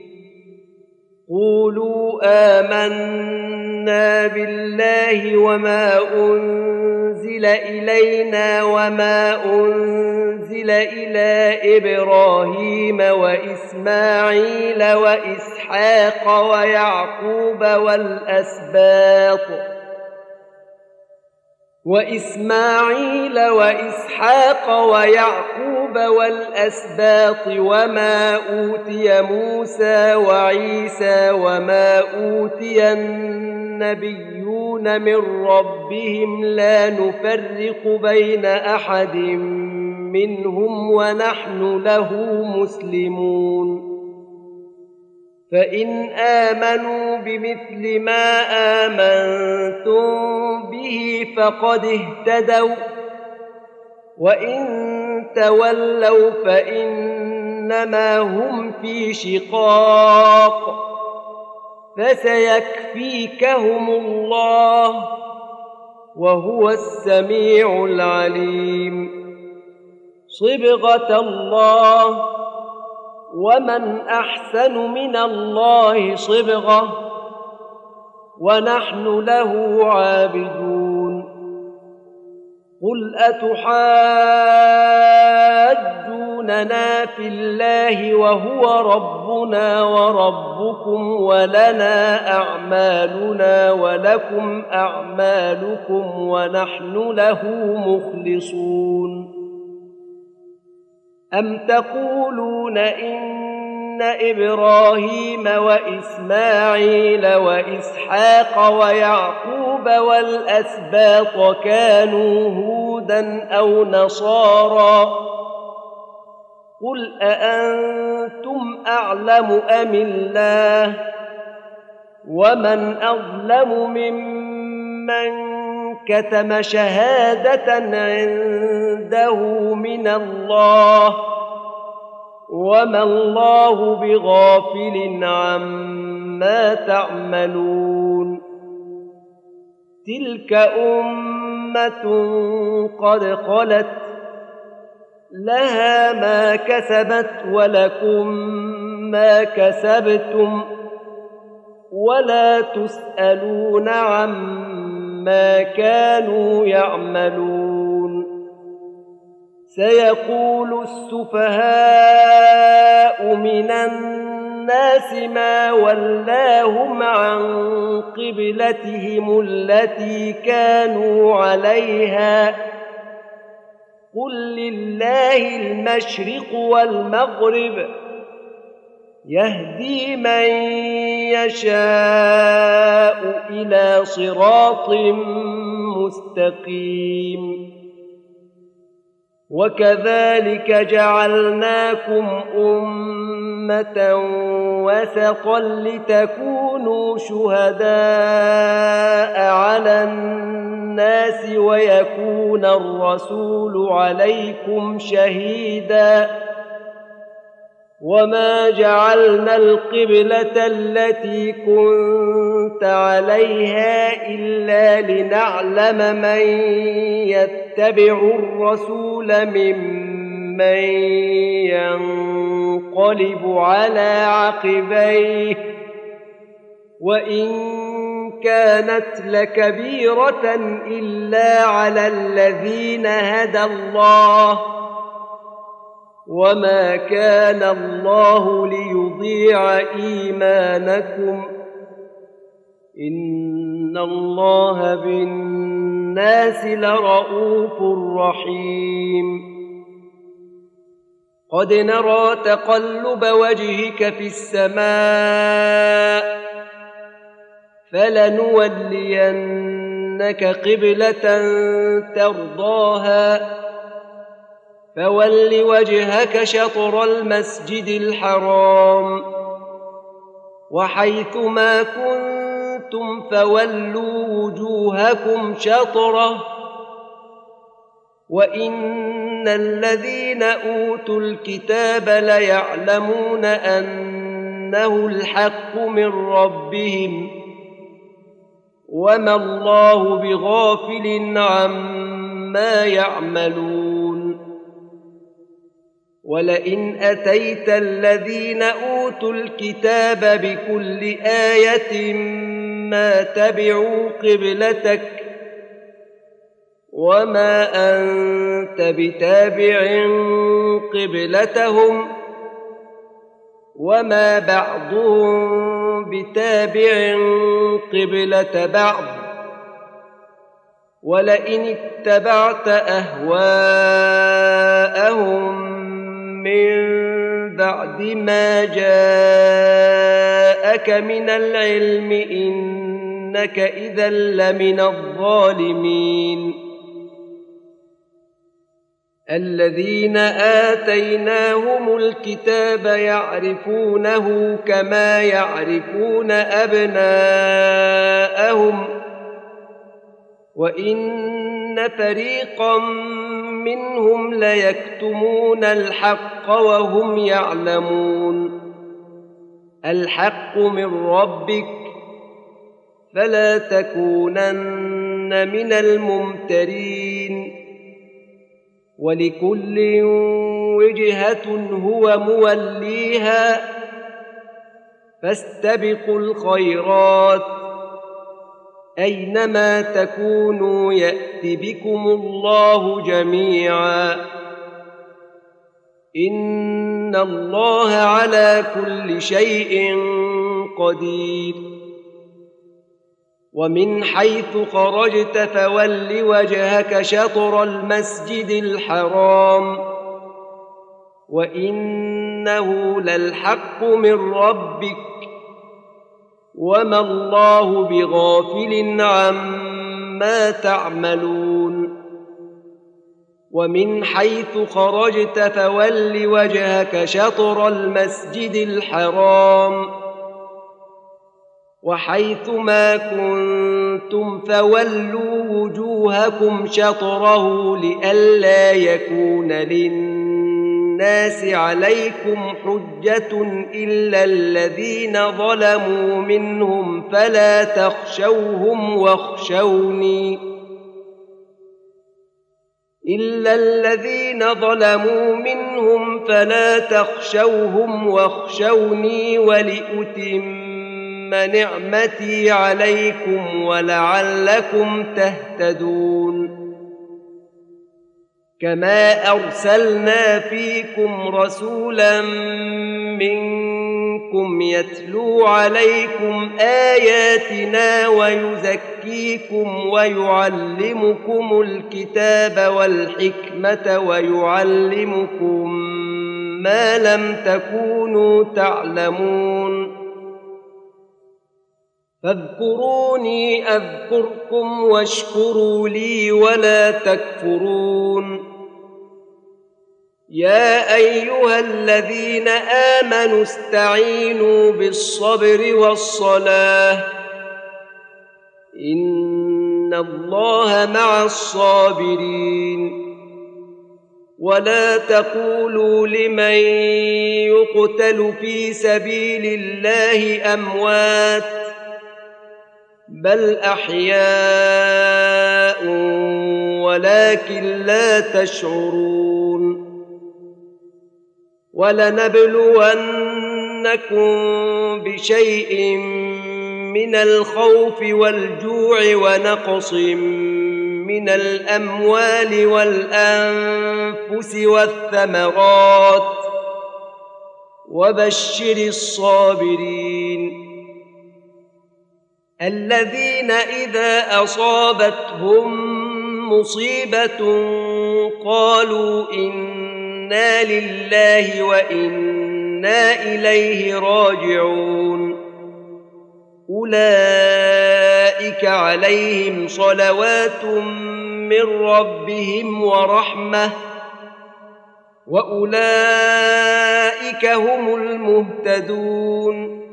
قولوا آمنا بالله وما أنزل إلينا وما أنزل إلى إبراهيم وإسماعيل وإسحاق ويعقوب والأسباط وإسماعيل وإسحاق ويعقوب والأسباط وما أوتي موسى وعيسى وما أوتي النبيون من ربهم لا نفرق بين أحد منهم ونحن له مسلمون فإن آمنوا بمثل ما آمنتم به فقد اهتدوا وإن تولوا فإن إنما هم في شقاق فسيكفيكهم الله وهو السميع العليم صبغة الله ومن أحسن من الله صبغة ونحن له عابدون قل أتحاجوننا في الله وهو ربنا وربكم ولنا أعمالنا ولكم أعمالكم ونحن له مخلصون أم تقولون إن إبراهيم وإسماعيل وإسحاق ويعقوب والأسباط كانوا هودا أو نصارى قل أأنتم أعلم أم الله ومن أظلم ممن كتم شهادة عنده من الله وما الله بغافل عما تعملون تلك أمة قد خلت لها ما كسبت ولكم ما كسبتم ولا تسألون عما كانوا يعملون سيقول السفهاء من الناس ما ولاهم عن قبلتهم التي كانوا عليها قل لله المشرق والمغرب يهدي من يشاء إلى صراط مستقيم وكذلك جعلناكم أمة وسطا لتكونوا شهداء على الناس ويكون الرسول عليكم شهيدا وما جعلنا القبلة التي كنت عليها إلا لنعلم من يتبع الرسول ممن ينقلب على عقبيه وإن كانت لكبيرة إلا على الذين هدى الله وما كان الله ليضيع إيمانكم إن الله بالناس لرءوف رحيم قد نرى تقلب وجهك في السماء فلنولينك قبلة ترضاها فول وجهك شطر المسجد الحرام وحيثما كنتم فولوا وجوهكم شطره وإن الذين أوتوا الكتاب ليعلمون أنه الحق من ربهم وما الله بغافل عما يعملون ولئن أتيت الذين أوتوا الكتاب بكل آية ما تبعوا قبلتك وما أنت بتابع قبلتهم وما بعضهم بتابع قبلة بعض ولئن اتبعت أهواءهم من بعد ما جاءك من العلم إنك إذا لمن الظالمين الذين آتيناهم الكتاب يعرفونه كما يعرفون أبناءهم وإن فريقا منهم ليكتمون الحق وهم يعلمون. الحق من ربك فلا تكونن من الممترين. ولكل وجهة هو موليها فاستبقوا الخيرات أينما تكونوا يأت بكم الله جميعا إن الله على كل شيء قدير. ومن حيث خرجت فول وجهك شطر المسجد الحرام وإنه للحق من ربك وما الله بغافل عما تعملون. ومن حيث خرجت فول وجهك شطر المسجد الحرام وحيث ما كنتم فولوا وجوهكم شطره لئلا يكون للناس عليكم حجة إلا الذين ظلموا منهم فلا تخشوهم واخشوني إلا الذين ظلموا منهم فلا تخشوهم واخشوني ولأتم نعمتي عليكم ولعلكم تهتدون. كما أرسلنا فيكم رسولا منكم يتلو عليكم آياتنا ويزكيكم ويعلمكم الكتاب والحكمة ويعلمكم ما لم تكونوا تعلمون. فاذكروني أذكركم واشكروا لي ولا تكفرون. يا أيها الذين آمنوا استعينوا بالصبر والصلاة إن الله مع الصابرين. ولا تقولوا لمن يقتل في سبيل الله أموات بل أحياء ولكن لا تشعرون. ولنبلونكم بشيء من الخوف والجوع ونقص من الأموال والأنفس والثمرات وبشر الصابرين الذين إذا أصابتهم مصيبة قالوا إنا لله وإنا إليه راجعون. أولئك عليهم صلوات من ربهم ورحمة وأولئك هم المهتدون.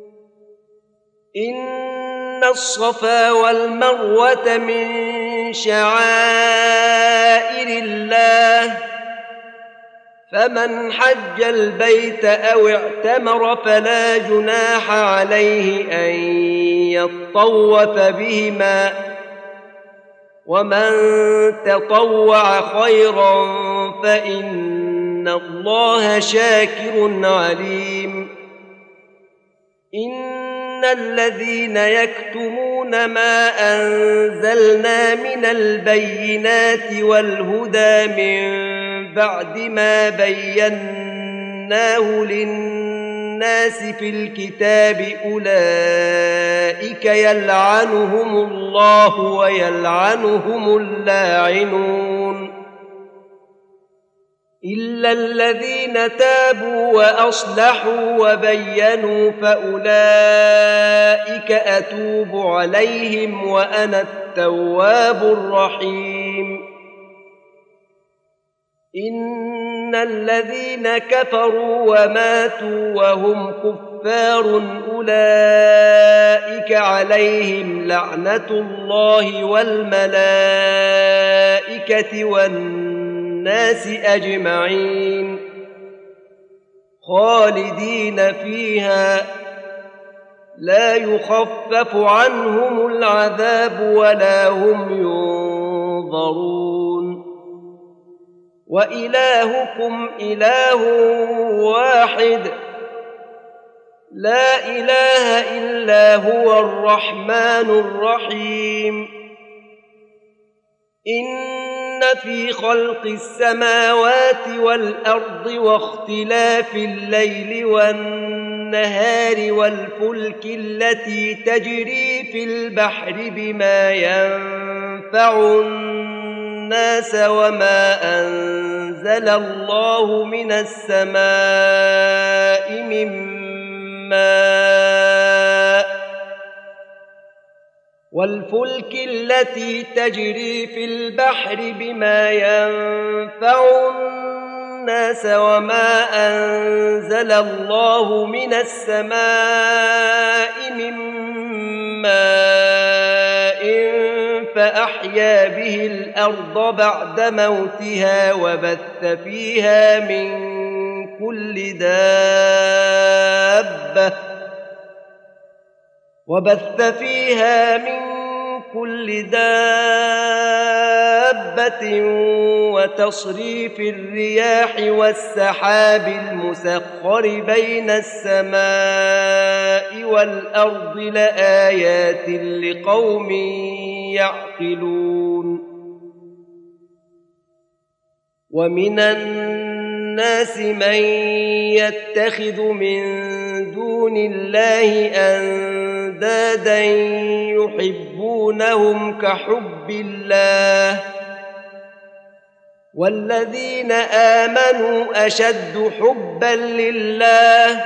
إن الصفا والمروة من شعائر الله فمن حج البيت أو اعتمر فلا جناح عليه أن يطوف بهما ومن تطوع خيرا فإن الله شاكر عليم. إن الذين يكتمون ما أنزلنا من البينات والهدى من بعد ما بيناه للناس في الكتاب أولئك يلعنهم الله ويلعنهم اللاعنون إلا الذين تابوا وأصلحوا وبينوا فأولئك أتوب عليهم وأنا التواب الرحيم. إن الذين كفروا وماتوا وهم كفار أولئك عليهم لعنة الله والملائكة والناس والناس أجمعين خالدين فيها لا يخفف عنهم العذاب ولا هم ينظرون وإلهكم إله واحد لا إله إلا هو الرحمن الرحيم إن في خلق السماوات والأرض واختلاف الليل والنهار والفلك التي تجري في البحر بما ينفع الناس وما أنزل الله من السماء من ماء والفلك التي تجري في البحر بما ينفع الناس وما أنزل الله من السماء من ماء فأحيا به الأرض بعد موتها وبث فيها من كل دابة وبث فيها من كل دابة وتصريف الرياح والسحاب المسخر بين السماء والأرض لآيات لقوم يعقلون ومن الناس من يتخذ من دون الله أندادا يحبونهم كحب الله والذين آمنوا أشد حبا لله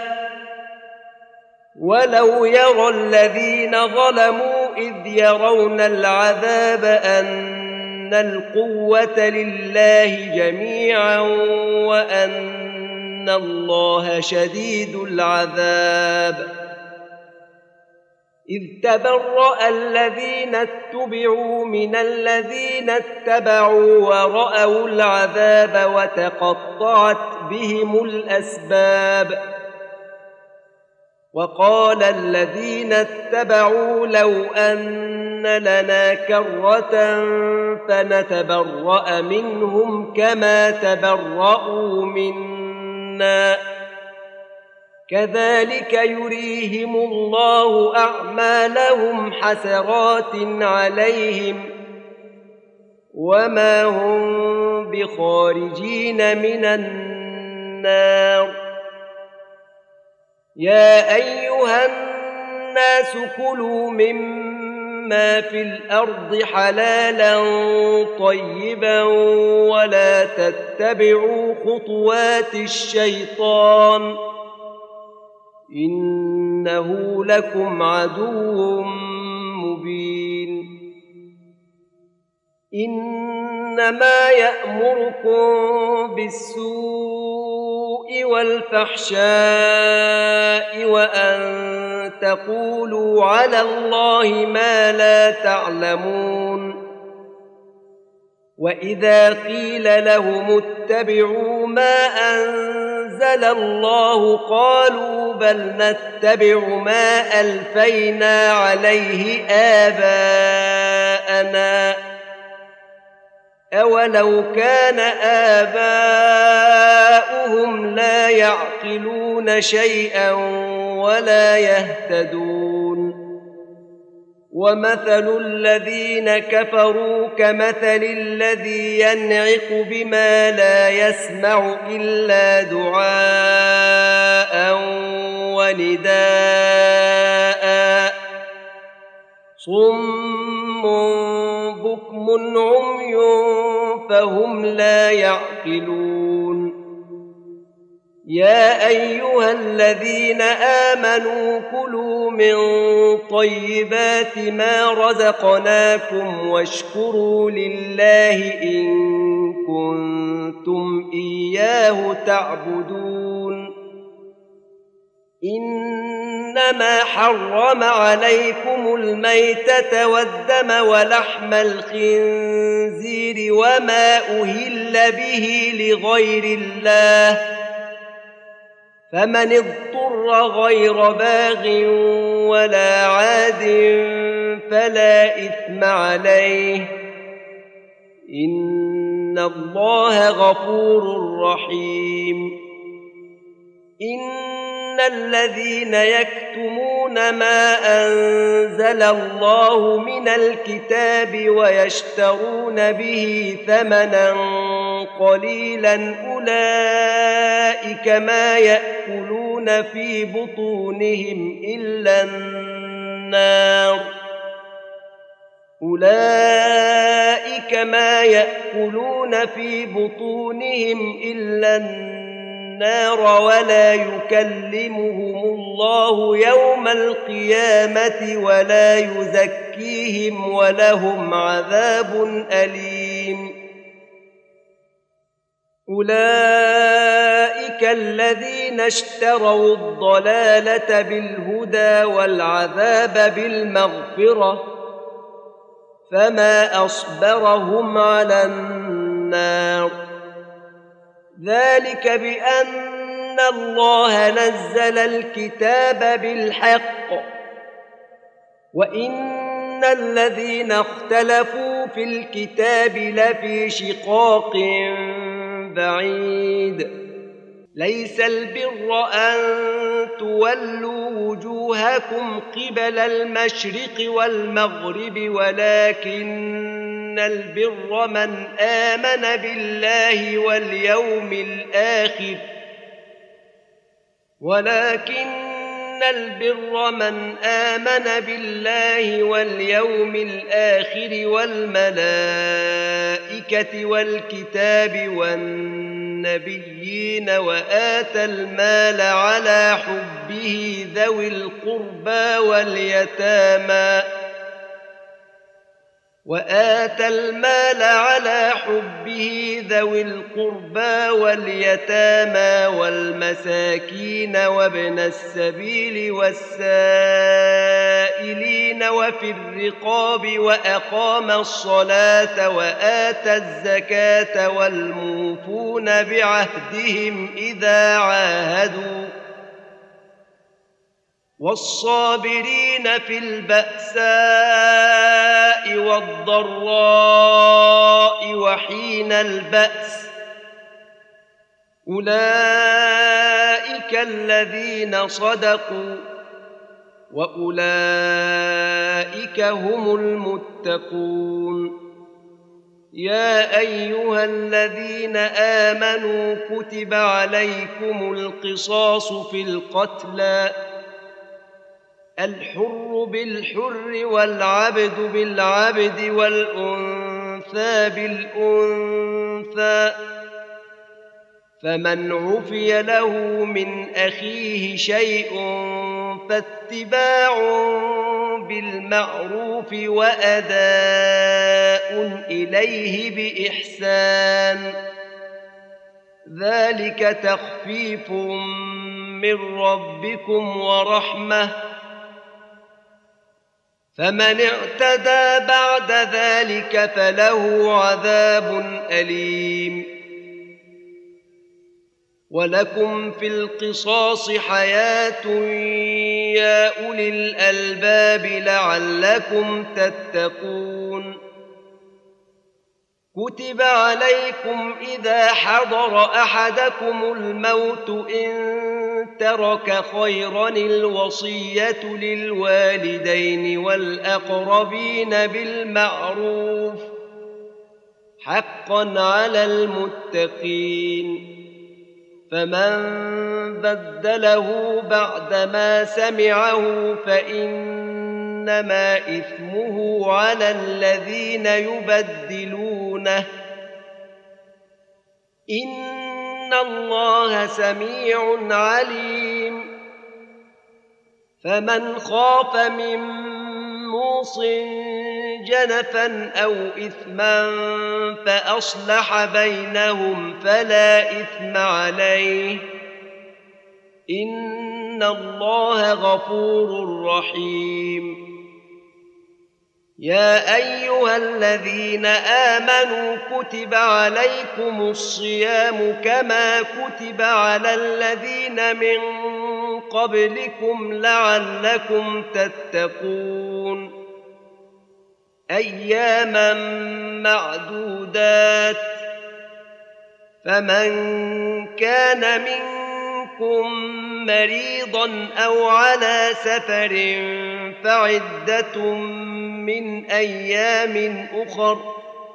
ولو يرى الذين ظلموا إذ يرون العذاب أن أن القوة لله جميعا وأن الله شديد العذاب إذ تبرأ الذين اتبعوا من الذين اتبعوا ورأوا العذاب وتقطعت بهم الأسباب وقال الذين اتبعوا لو أن لنا كرة فنتبرأ منهم كما تبرأوا منا كذلك يريهم الله أعمالهم حسرات عليهم وما هم بخارجين من النار يا أيها الناس كلوا مما في الأرض حلالا طيبا ولا تتبعوا خطوات الشيطان إنه لكم عدو مبين إنما يأمركم بالسوء والفحشاء وأن تقولوا على الله ما لا تعلمون وإذا قيل لهم اتبعوا ما أنزل الله قالوا بل نتبع ما ألفينا عليه آباءنا أولو كان آباؤهم لا يعقلون شيئا ولا يهتدون ومثل الذين كفروا كمثل الذي ينعق بما لا يسمع إلا دعاء ونداء صم بكم عمي فهم لا يعقلون يا أيها الذين آمنوا كلوا من طيبات ما رزقناكم واشكروا لله إن كنتم إياه تعبدون إنما إنما حرم عليكم الميتة والدم ولحم الخنزير وما أهل به لغير الله فمن اضطر غير باغ ولا عاد فلا إثم عليه إن الله غفور رحيم إن الذين يكتمون ما أنزل الله من الكتاب ويشترون به ثمنا قليلا أولئك ما يأكلون في بطونهم إلا النار أولئك ما يأكلون في بطونهم إلا النار ولا يكلمهم الله يوم القيامة ولا يزكيهم ولهم عذاب أليم أولئك الذين اشتروا الضلالة بالهدى والعذاب بالمغفرة فما أصبرهم على النار ذلك بأن الله نزل الكتاب بالحق وإن الذين اختلفوا في الكتاب لفي شقاق بعيد ليس البر أن تولوا وجوهكم قبل المشرق والمغرب ولكن البر من آمن بالله واليوم الآخر ولكن البر من آمن بالله واليوم الآخر والملائكة والكتاب والنبيين وآتى المال على حبه ذوي القربى واليتامى وآتى المال على حبه ذوي القربى واليتامى والمساكين وابن السبيل والسائلين وفي الرقاب وأقام الصلاة وآتى الزكاة والموفون بعهدهم إذا عاهدوا والصابرين في البأساء والضراء وحين البأس أولئك الذين صدقوا وأولئك هم المتقون يا أيها الذين آمنوا كتب عليكم القصاص في القتلى الحر بالحر والعبد بالعبد والأنثى بالأنثى فمن عفي له من أخيه شيء فاتباع بالمعروف وأداء إليه بإحسان ذلك تخفيف من ربكم ورحمة فمن اعتدى بعد ذلك فله عذاب أليم ولكم في القصاص حياة يا أولي الألباب لعلكم تتقون كتب عليكم إذا حضر أحدكم الموت إن ترك خيرا الوصية للوالدين والأقربين بالمعروف حقا على المتقين فمن بدله بعدما سمعه فإنما إثمه على الذين يبدلونه إن الله سميع عليم فمن خاف من موص جنفا أو إثما فأصلح بينهم فلا إثم عليه إن إن الله غفور رحيم. يا أيها الذين آمنوا كتب عليكم الصيام كما كتب على الذين من قبلكم لعلكم تتقون. أياما معدودات، فمن كان منكم مريضا أو على سفر فعدة من أيام أخر،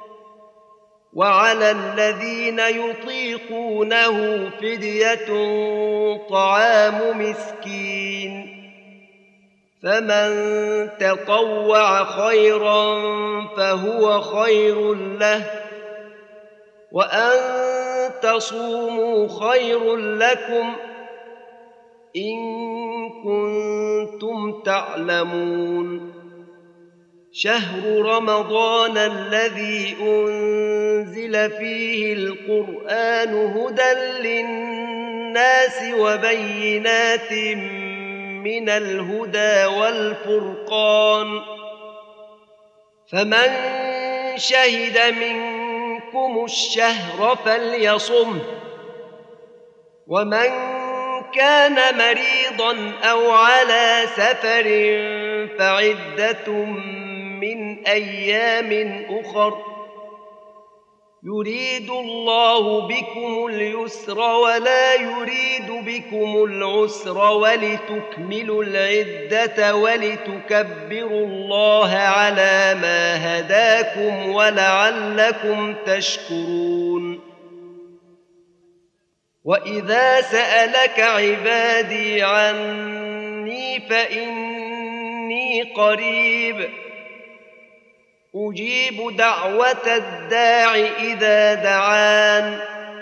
وعلى الذين يطيقونه فدية طعام مسكين، فمن تطوع خيرا فهو خير له، وأن تصوموا خير لكم إن كنتم تعلمون. شهر رمضان الذي أنزل فيه القرآن هدى للناس وبينات من الهدى والفرقان، فمن شهد منكم الشهر فليصمه، ومن كان مريضا أو على سفر فعدة من أيام أخر، يريد الله بكم اليسر ولا يريد بكم العسر ولتكملوا العدة ولتكبروا الله على ما هداكم ولعلكم تشكرون. وإذا سألك عبادي عني فإني قريب أجيب دعوة الداع إذا دعان،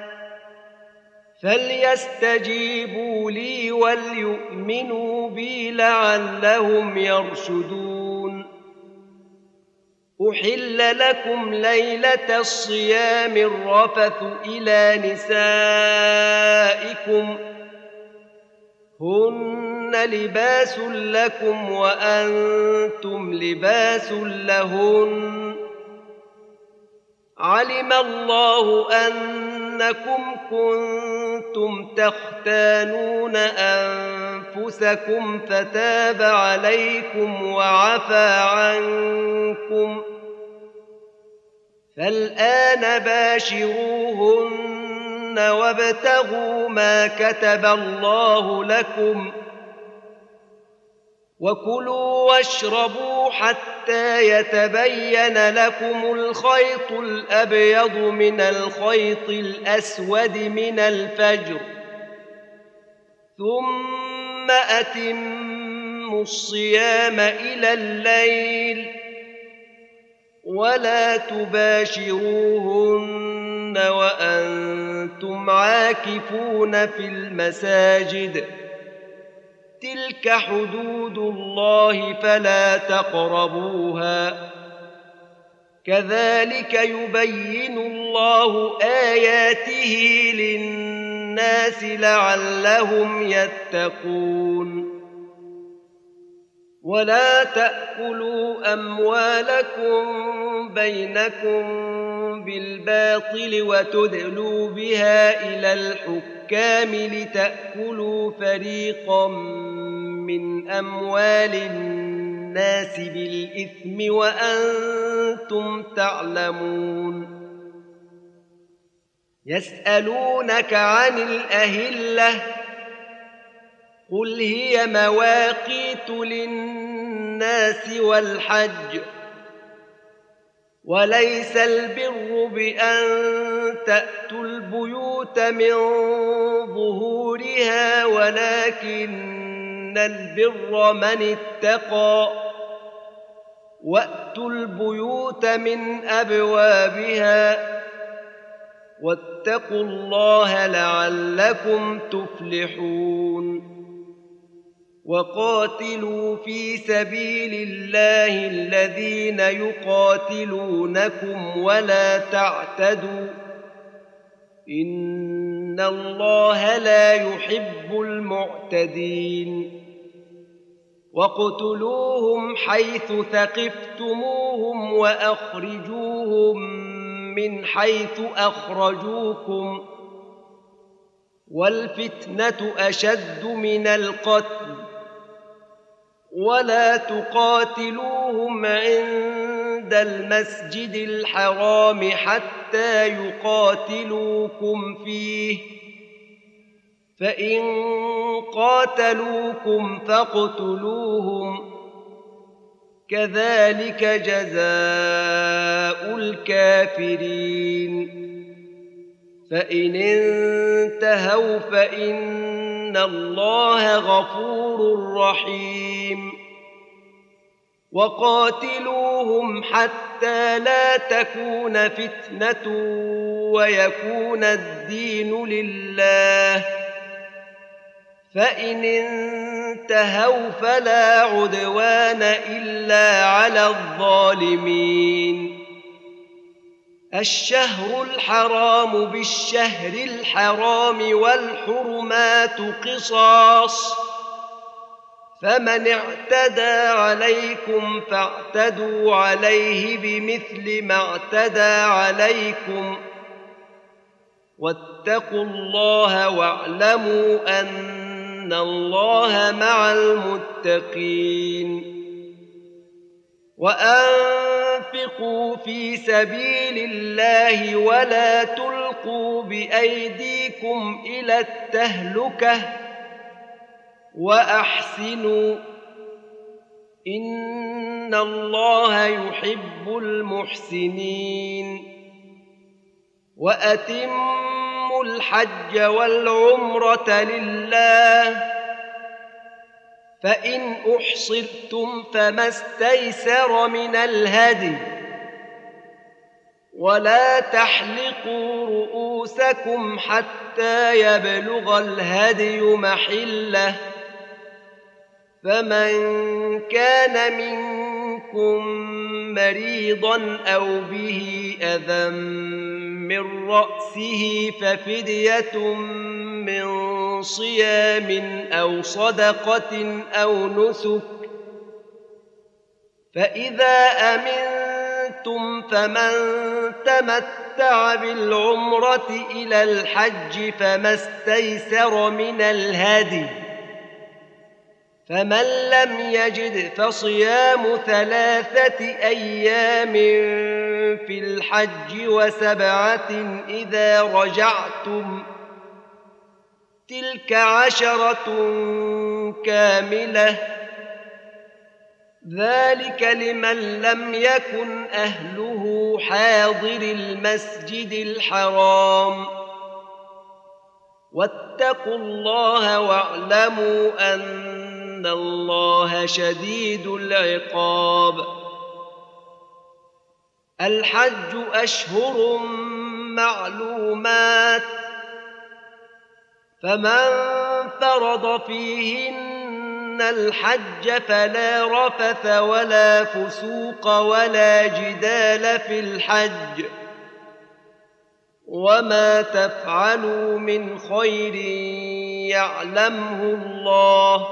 فليستجيبوا لي وليؤمنوا بي لعلهم يرشدون. أحل لكم ليلة الصيام الرفث إلى نسائكم هن لباس لكم وأنتم لباس لهن، علم الله أنكم كنتم تختانون أنفسكم فتاب عليكم وعفى عنكم، فالآن باشروهن وابتغوا ما كتب الله لكم، وكلوا واشربوا حتى يتبين لكم الخيط الأبيض من الخيط الأسود من الفجر، ثم أتموا الصيام إلى الليل ولا تباشروهن وأنتم عاكفون في المساجد، تلك حدود الله فلا تقربوها، كذلك يبين الله آياته للناس لعلهم يتقون. ولا تأكلوا أموالكم بينكم بالباطل وتدلوا بها إلى الحكام لتأكلوا فريقا من أموال الناس بالإثم وأنتم تعلمون. يسألونك عن الأهلة قل هي مواقيت للناس والحج، وليس البر بأن تأتوا البيوت من ظهورها ولكن البر من اتقى، وأتوا البيوت من أبوابها واتقوا الله لعلكم تفلحون. وقاتلوا في سبيل الله الذين يقاتلونكم ولا تعتدوا إن الله لا يحب المعتدين واقتلوهم حيث ثقفتموهم وأخرجوهم من حيث أخرجوكم والفتنة أشد من القتل ولا تقاتلوهم عند المسجد الحرام حتى يقاتلوكم فيه فإن قاتلوكم فاقتلوهم كذلك جزاء الكافرين فإن انتهوا فإن الله غفور رحيم وقاتلوهم حتى لا تكون فتنة ويكون الدين لله فإن انتهوا فلا عدوان إلا على الظالمين الشهر الحرام بالشهر الحرام والحرمات قصاص فمن اعتدى عليكم فاعتدوا عليه بمثل ما اعتدى عليكم واتقوا الله واعلموا أن الله مع المتقين وأنفقوا في سبيل الله ولا تلقوا بأيديكم إلى التهلكة وأحسنوا إن الله يحب المحسنين وأتموا الحج والعمرة لله فإن أحصرتم فما استيسر من الهدي ولا تحلقوا رؤوسكم حتى يبلغ الهدي محله فمن كان منكم مريضا أو به أذى من رأسه ففدية من صيام أو صدقة أو نسك فإذا أمنتم فمن تمتع بالعمرة إلى الحج فما استيسر من الهدي فمن لم يجد فصيام ثلاثة أيام في الحج وسبعة إذا رجعتم تلك عشرة كاملة ذلك لمن لم يكن أهله حاضر المسجد الحرام واتقوا الله واعلموا أن الله شديد العقاب الحج أشهر معلومات فمن فرض فيهن الحج فلا رفث ولا فسوق ولا جدال في الحج وما تفعلوا من خير يعلمه الله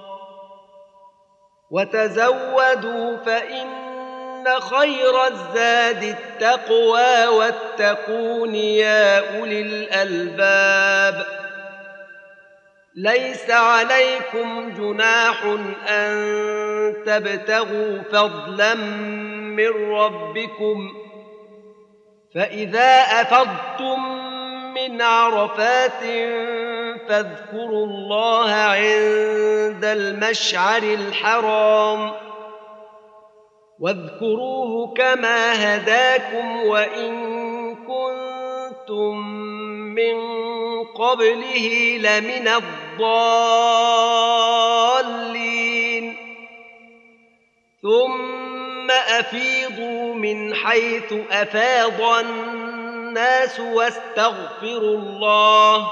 وتزودوا فإن خير الزاد التقوى واتقون يا أولي الألباب ليس عليكم جناح أن تبتغوا فضلا من ربكم فإذا أفضتم من عرفات فاذكروا الله عند المشعر الحرام واذكروه كما هداكم وإن كنتم من قبله لمن الضالين ثم أفيضوا من حيث أفاض الناس واستغفروا الله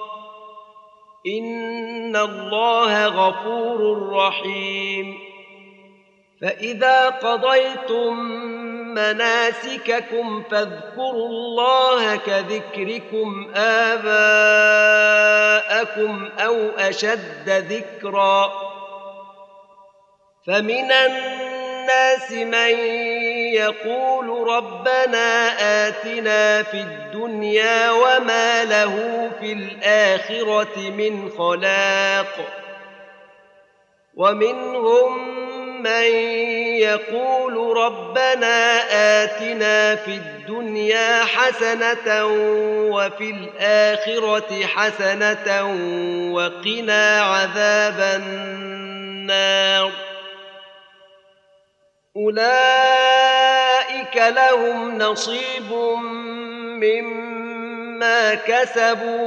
إن الله غفور رحيم فإذا قضيتم مناسككم فاذكروا الله كذكركم آباءكم أو أشد ذكرا فمن الناس من يقول ربنا آتنا في الدنيا وما له في الآخرة من خلاق ومنهم من يقول ربنا آتنا في الدنيا حسنة وفي الآخرة حسنة وقنا عذاب النار أولئك لهم نصيب مما كسبوا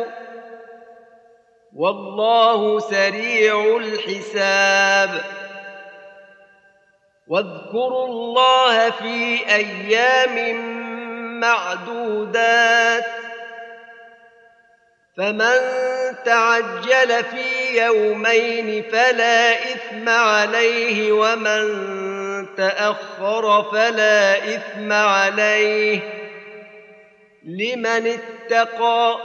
والله سريع الحساب واذكروا الله في أيام معدودات فمن تعجل في يومين فلا إثم عليه ومن تأخر فلا إثم عليه لمن اتقى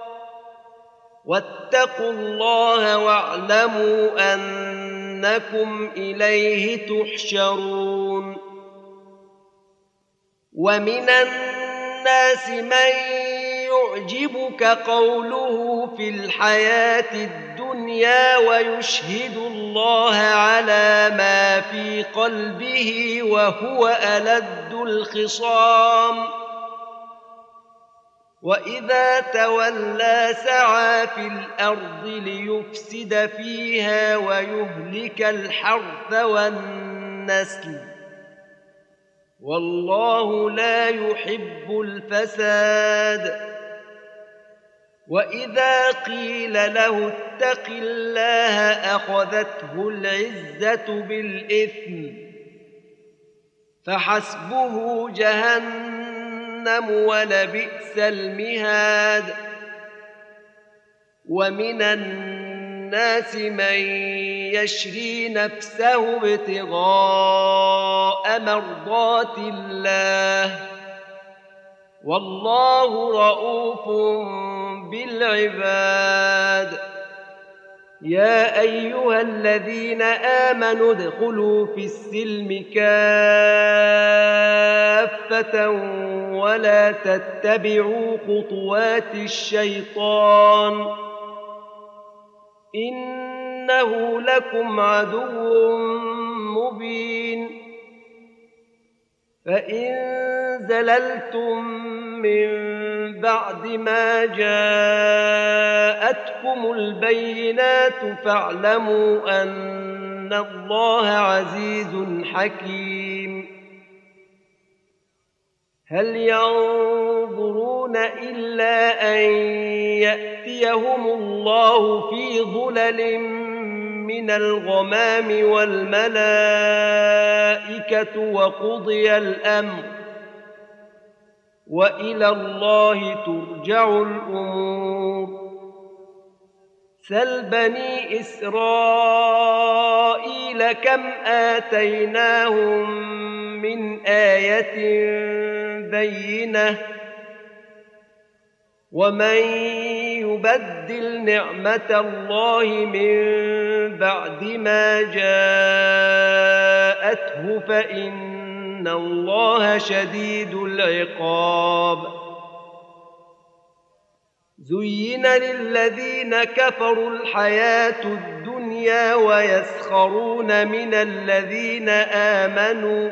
واتقوا الله واعلموا أنكم إليه تحشرون ومن الناس من يعجبك قوله في الحياة الدنيا ويشهد الله على ما في قلبه وهو ألد الخصام وإذا تولى سعى في الأرض ليفسد فيها ويهلك الحرث والنسل والله لا يحب الفساد وإذا قيل له اتق الله أخذته العزة بالإثم فحسبه جهنم ولبئس المهاد ومن الناس من يشري نفسه ابتغاء مرضات الله والله رؤوف بالعباد يا أيها الذين آمنوا ادخلوا في السلم كافة ولا تتبعوا خطوات الشيطان إنه لكم عدو مبين فإن زللتم من بعد ما جاءتكم البينات فاعلموا أن الله عزيز حكيم هل ينظرون إلا أن يأتيهم الله في ظلل من الغمام والملائكة وقضي الأمر وإلى الله ترجع الأمور سل بني إسرائيل كم آتيناهم من آية بينة ومن يبدل نعمة الله من بعد ما جاءته فإن الله شديد العقاب زين للذين كفروا الحياة الدنيا ويسخرون من الذين آمنوا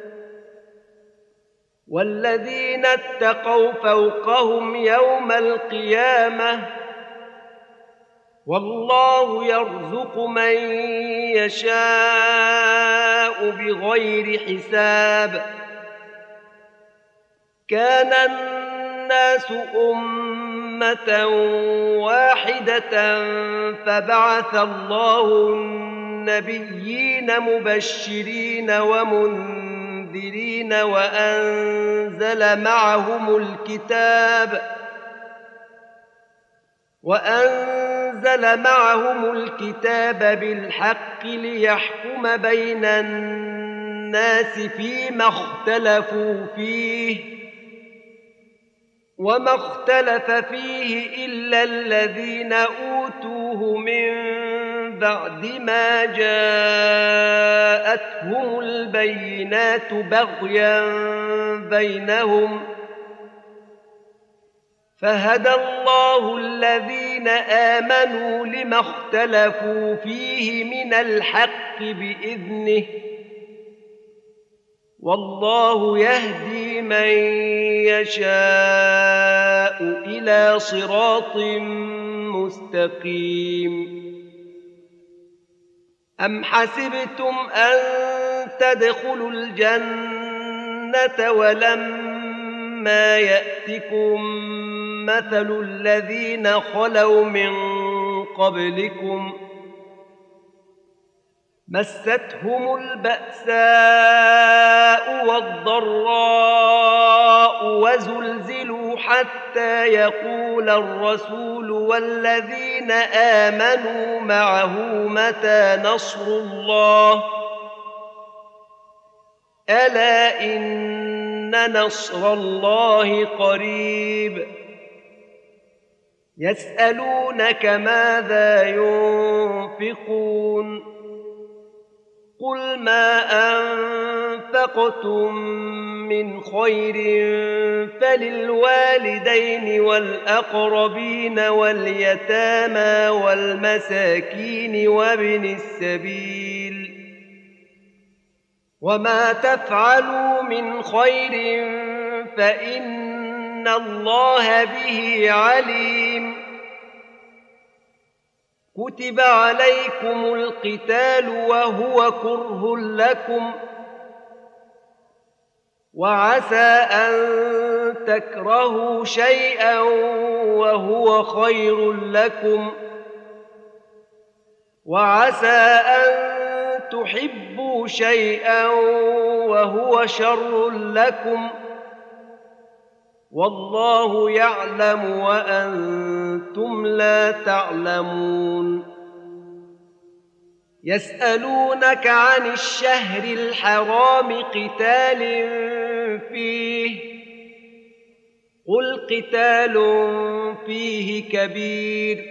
والذين اتقوا فوقهم يوم القيامة والله يرزق من يشاء بغير حساب كان الناس أمة واحدة فبعث الله النبيين مبشرين ومنذرين وأنزل معهم الكتاب وأنزل معهم الكتاب بالحق ليحكم بين الناس الناس فيما اختلفوا فيه وما اختلف فيه إلا الذين أوتوه من بعد ما جاءتهم البينات بغيا بينهم فهدى الله الذين آمنوا لما اختلفوا فيه من الحق بإذنه والله يهدي من يشاء إلى صراط مستقيم أم حسبتم أن تدخلوا الجنة ولما يأتكم مثل الذين خلوا من قبلكم مستهم البأساء والضراء وزلزلوا حتى يقول الرسول والذين آمنوا معه متى نصر الله ألا إن نصر الله قريب يسألونك ماذا ينفقون قل ما أنفقتم من خير فللوالدين والأقربين واليتامى والمساكين وابن السبيل وما تفعلوا من خير فإن الله به عليم كتب عليكم القتال وهو كره لكم وعسى أن تكرهوا شيئا وهو خير لكم وعسى أن تحبوا شيئا وهو شر لكم والله يعلم وأنتم لا تعلمون يسألونك عن الشهر الحرام قتال فيه قل قتال فيه كبير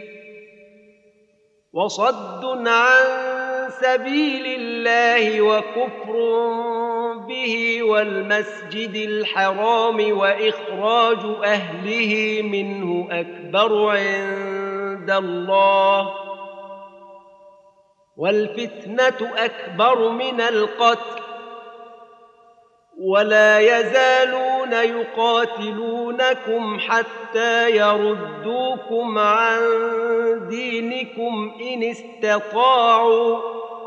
وصد عن سبيل الله وكفر به والمسجد الحرام وإخراج أهله منه أكبر عند الله والفتنة أكبر من القتل ولا يزالون يقاتلونكم حتى يردوكم عن دينكم إن استطاعوا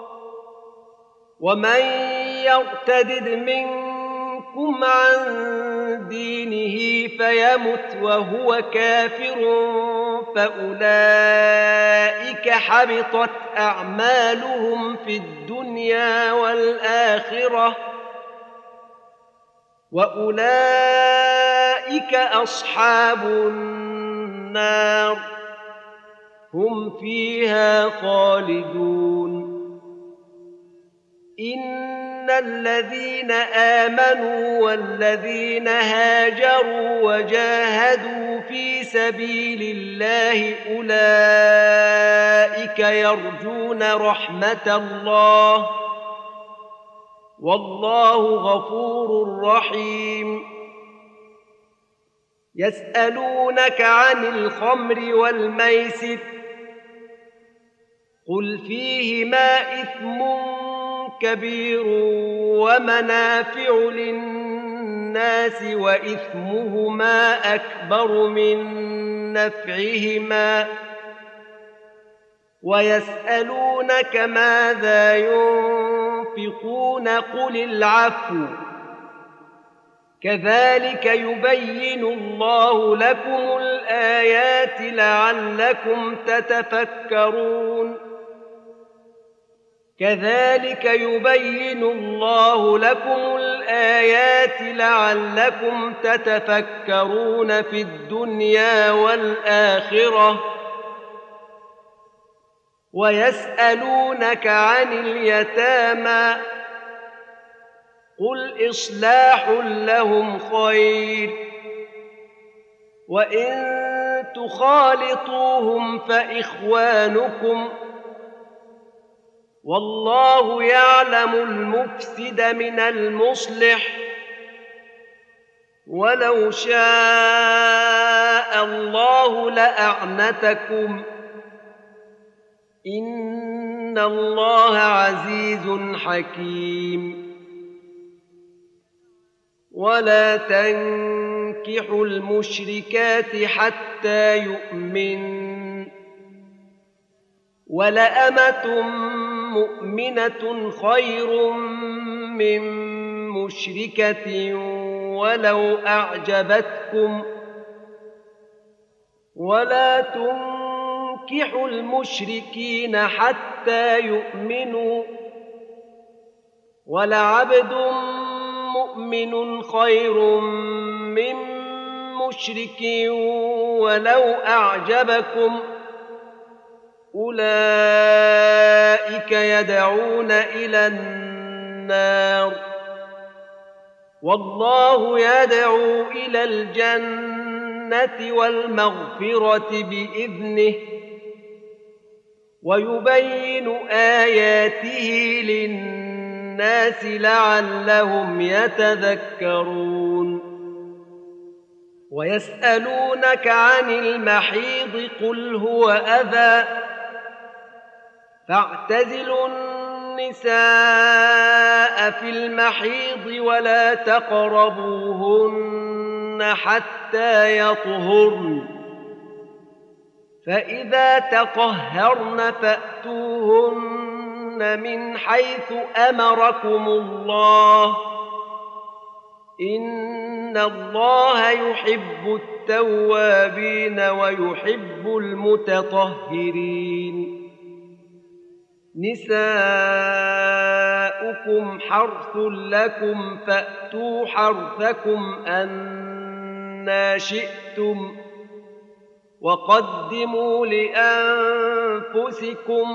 ومن يرتدد منكم عن دينه فيمت وهو كافر فأولئك حبطت أعمالهم في الدنيا والآخرة وأولئك أصحاب النار هم فيها خالدون إن الذين آمنوا والذين هاجروا وجاهدوا في سبيل الله أولئك يرجون رحمة الله والله غفور رحيم يسألونك عن الخمر والميسر قل فيهما إثم كبير ومنافع للناس وإثمهما أكبر من نفعهما ويسألونك ماذا ينفقون قل العفو كذلك يبين الله لكم الآيات لعلكم تتفكرون كذلك يبين الله لكم الآيات لعلكم تتفكرون في الدنيا والآخرة ويسألونك عن اليتامى قل إصلاح لهم خير، وإن تخالطوهم فإخوانكم، والله يعلم المفسد من المصلح، ولو شاء الله لأعنتكم، إن الله عزيز حكيم. ولا تنكحوا المشركات حتى يؤمنن، ولأمة مؤمنة خير من مشركة ولو أعجبتكم، ولا تنكحوا المشركين حتى يؤمنوا، ولعبد مؤمن خير من مشرك ولو أعجبكم، أولئك يدعون إلى النار، والله يدعو إلى الجنة والمغفرة بإذنه، ويبين آياته للناس لعلهم يتذكرون. ويسألونك عن المحيض قل هو أذى، فاعتزلوا النساء في المحيض ولا تقربوهن حتى يطهرن، فإذا تطهرن فأتوهن من حيث أمركم الله، إن الله يحب التوابين ويحب المتطهرين. نساؤكم حرث لكم فأتوا حرثكم أنى شئتم، وقدموا لأنفسكم،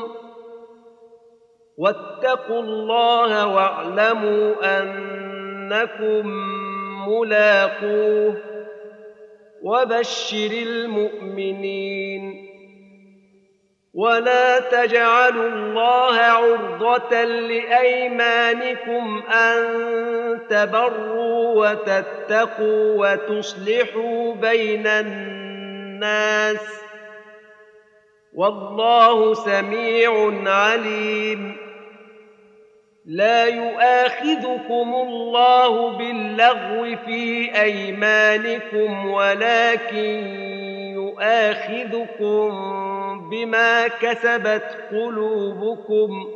واتقوا الله واعلموا أنكم ملاقوه، وبشر المؤمنين. ولا تجعلوا الله عرضة لأيمانكم أن تبروا وتتقوا وتصلحوا بين الناس، والله سميع عليم. لا يؤاخذكم الله باللغو في أيمانكم، ولكن يؤاخذكم بما كسبت قلوبكم،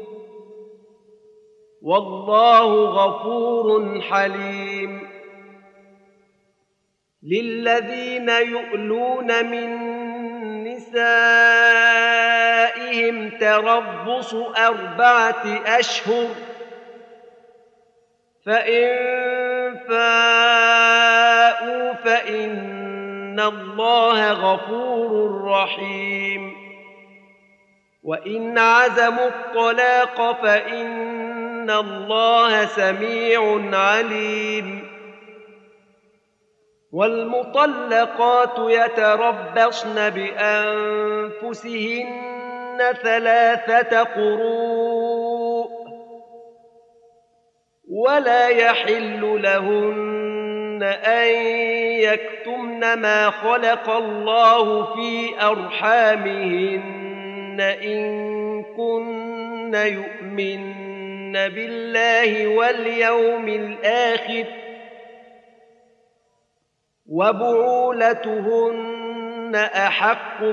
والله غفور حليم. للذين يؤلون من نسائهم تربص أربعة أشهر، فإن فاءوا فإن الله غفور رحيم. وإن عزموا الطلاق فإن الله سميع عليم. والمطلقات يتربصن بأنفسهن ثلاثة قروء، ولا يحل لهن أن يكتمن ما خلق الله في أرحامهن إن كن يؤمن بالله واليوم الآخر، وبعولتهن أحق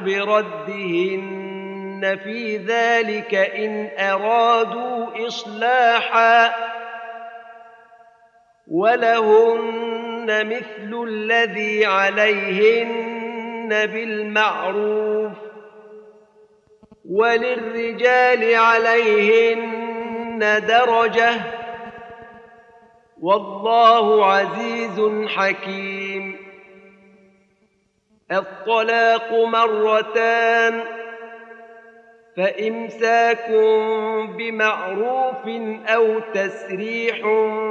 بردهن في ذلك إن أرادوا إصلاحا، ولهن مثل الذي عليهن بالمعروف، وللرجال عليهن درجة، والله عزيز حكيم. الطلاق مرتان، فإمساك بمعروف أو تسريح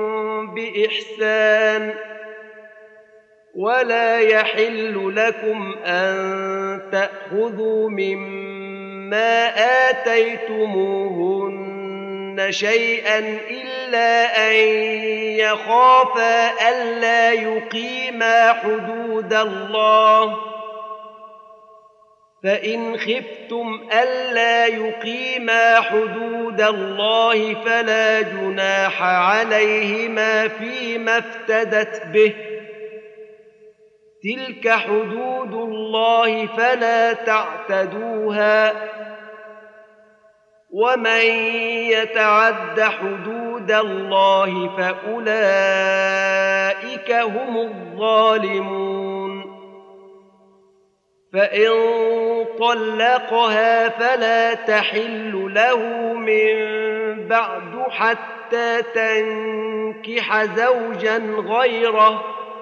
بإحسان. ولا يحل لكم أن تأخذوا مما آتيتموهن شيئا إلا أن يخافا ألا يقيما حدود الله، فإن خفتم ألا يقيما حدود الله فلا جناح عليهما فيما افتدت به، تلك حدود الله فلا تعتدوها، ومن يتعد حدود الله فأولئك هم الظالمون. فإن طلقها فلا تحل له من بعد حتى تنكح زوجا غيره،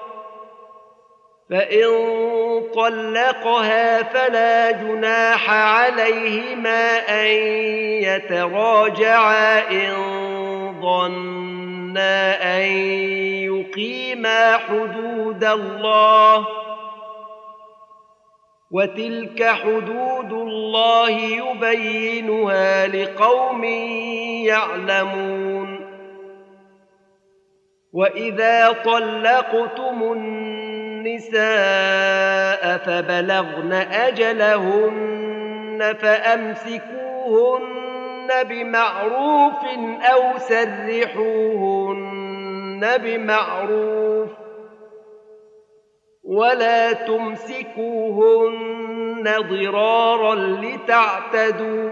فإن طلقها فلا جناح عليهما أن يتراجعا إن ظنا أن يقيما حدود الله، وتلك حدود الله يبينها لقوم يعلمون. وإذا طلقتم النساء فبلغن أجلهن فأمسكوهن بمعروف أو سرحوهن بمعروف، ولا تمسكوهن ضرارا لتعتدوا،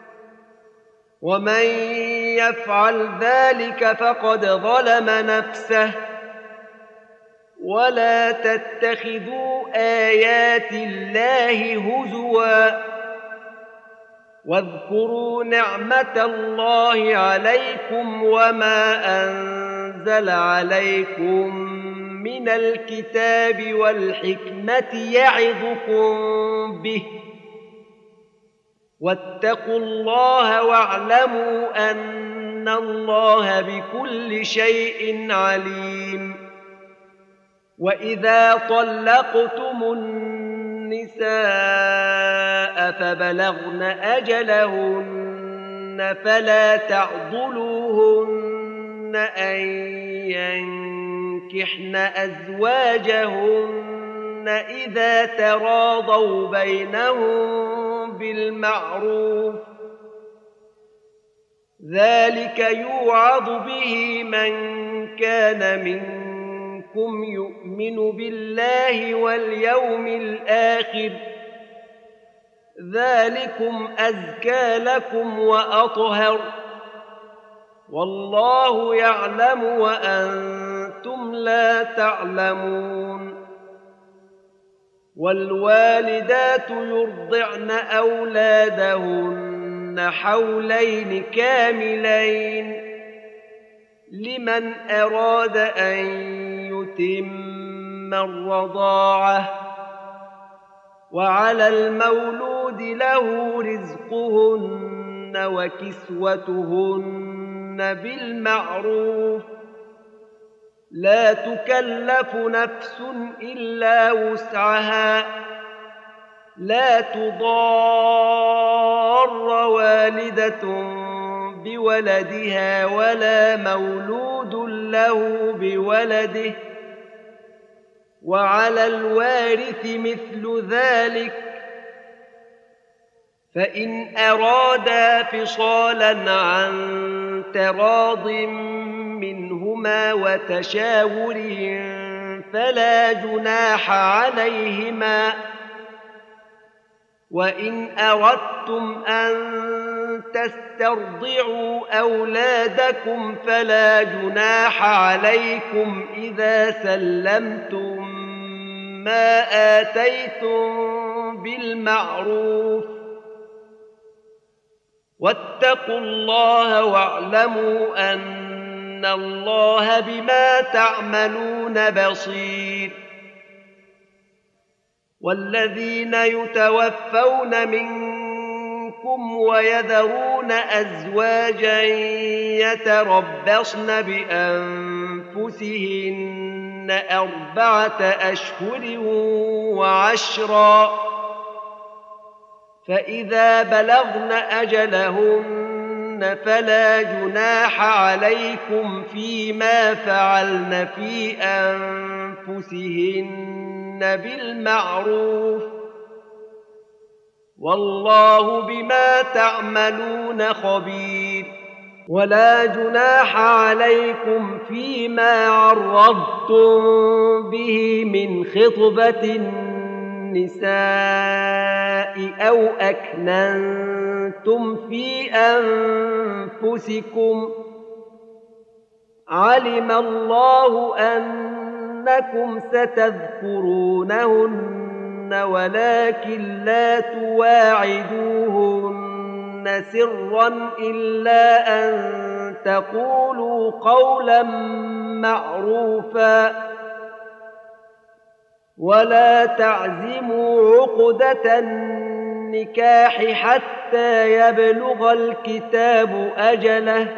ومن يفعل ذلك فقد ظلم نفسه. ولا تتخذوا آيات الله هزوا، واذكروا نعمة الله عليكم وما أنزل عليكم من الكتاب والحكمة يعظكم به، واتقوا الله واعلموا أن الله بكل شيء عليم. وإذا طلقتم النساء فبلغن أجلهن فلا تعضلوهن أن ينكحن أزواجهن إذا تراضوا بينهم بالمعروف، ذلك يوعظ به من كان منكم يؤمن بالله واليوم الآخر، ذلكم أزكى لكم وأطهر، والله يعلم وأنتم لا تعلمون. والوالدات يرضعن أولادهن حولين كاملين لمن أراد أن يتم الرضاعة، وعلى المولود له رزقهن وكسوتهن بالمعروف، لا تكلف نفس إلا وسعها، لا تضار والدة بولدها ولا مولود له بولده، وعلى الوارث مثل ذلك، فإن أرادا فصالا عن تراض منهما وتشاور فلا جناح عليهما. وإن أردتم أن تسترضعوا أولادكم فلا جناح عليكم إذا سلمتم ما آتيتم بالمعروف، واتقوا الله واعلموا أن الله بما تعملون بصير. والذين يتوفون منكم منكم ويذرون أزواجا يتربصن بأنفسهن أربعة أشهر وعشرا فإذا بلغن أجلهن فلا جناح عليكم فيما فعلن في أنفسهن بالمعروف والله بما تعملون خبير ولا جناح عليكم فيما عرضتم به من خطبة النساء أو أكننتم في أنفسكم علم الله أنكم ستذكرونهن ولكن لا تواعدوهن سرا إلا أن تقولوا قولا معروفا ولا تعزموا عقدة النكاح حتى يبلغ الكتاب أجله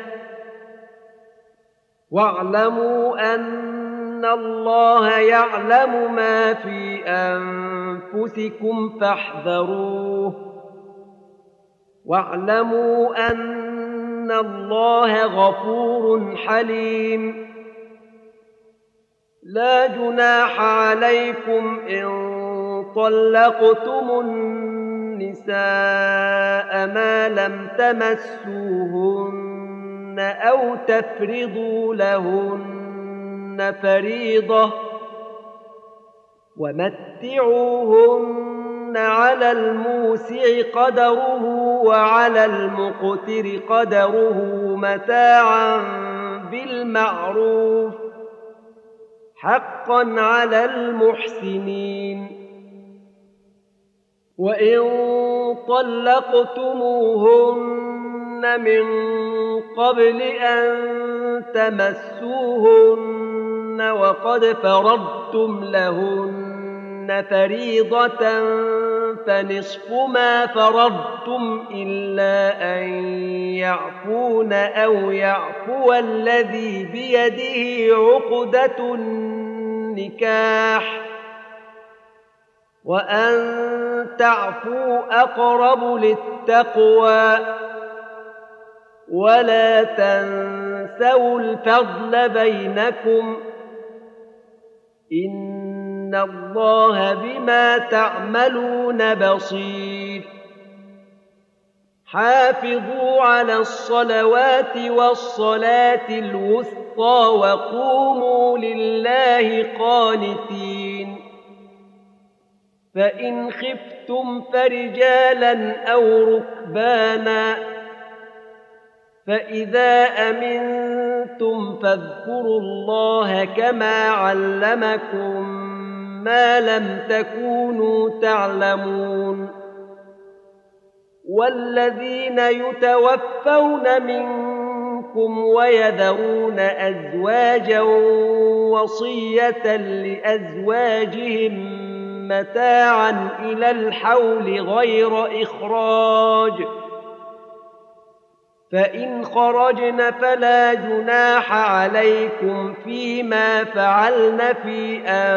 واعلموا أن الله يعلم ما في أنفسكم فاحذروه واعلموا أن الله غفور حليم لا جناح عليكم إن طلقتم النساء ما لم تمسوهن أو تفرضوا لهن فريضة ومتعوهن على الموسع قدره وعلى المقتر قدره متاعا بالمعروف حقا على المحسنين وإن طلقتموهن من قبل أن تمسوهن وقد فرضتم لهن فريضة فنصف ما فرضتم إلا أن يعفون أو يعفو الذي بيده عقدة النكاح وأن تعفوا أقرب للتقوى ولا تنسوا الفضل بينكم إن الله بما تعملون بصير حافظوا على الصلوات والصلاة الوسطى وقوموا لله قانتين فإن خفتم فرجالا أو ركبانا فإذا أمنتم فاذكروا الله كما علمكم ما لم تكونوا تعلمون والذين يتوفون منكم ويذرون أزواجا وصية لأزواجهم متاعا إلى الحول غير إخراج فإن خرجن فلا جناح عليكم فيما فعلن في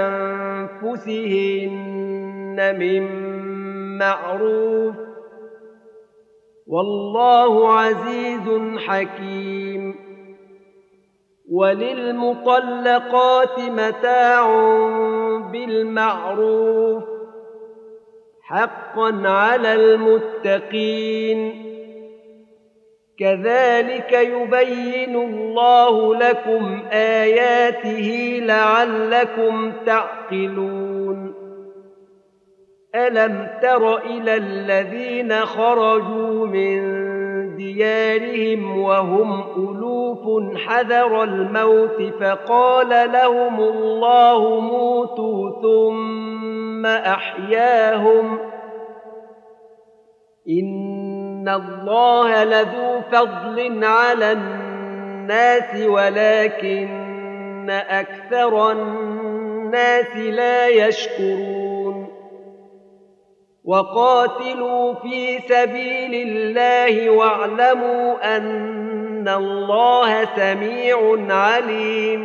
أنفسهن من معروف والله عزيز حكيم وللمطلقات متاع بالمعروف حقا على المتقين كذلك يبين الله لكم آياته لعلكم تعقلون ألم تر إلى الذين خرجوا من ديارهم وهم ألوف حذر الموت فقال لهم الله موتوا ثم أحياهم إن الله لذو فضل على الناس ولكن أكثر الناس لا يشكرون وقاتلوا في سبيل الله واعلموا أن الله سميع عليم.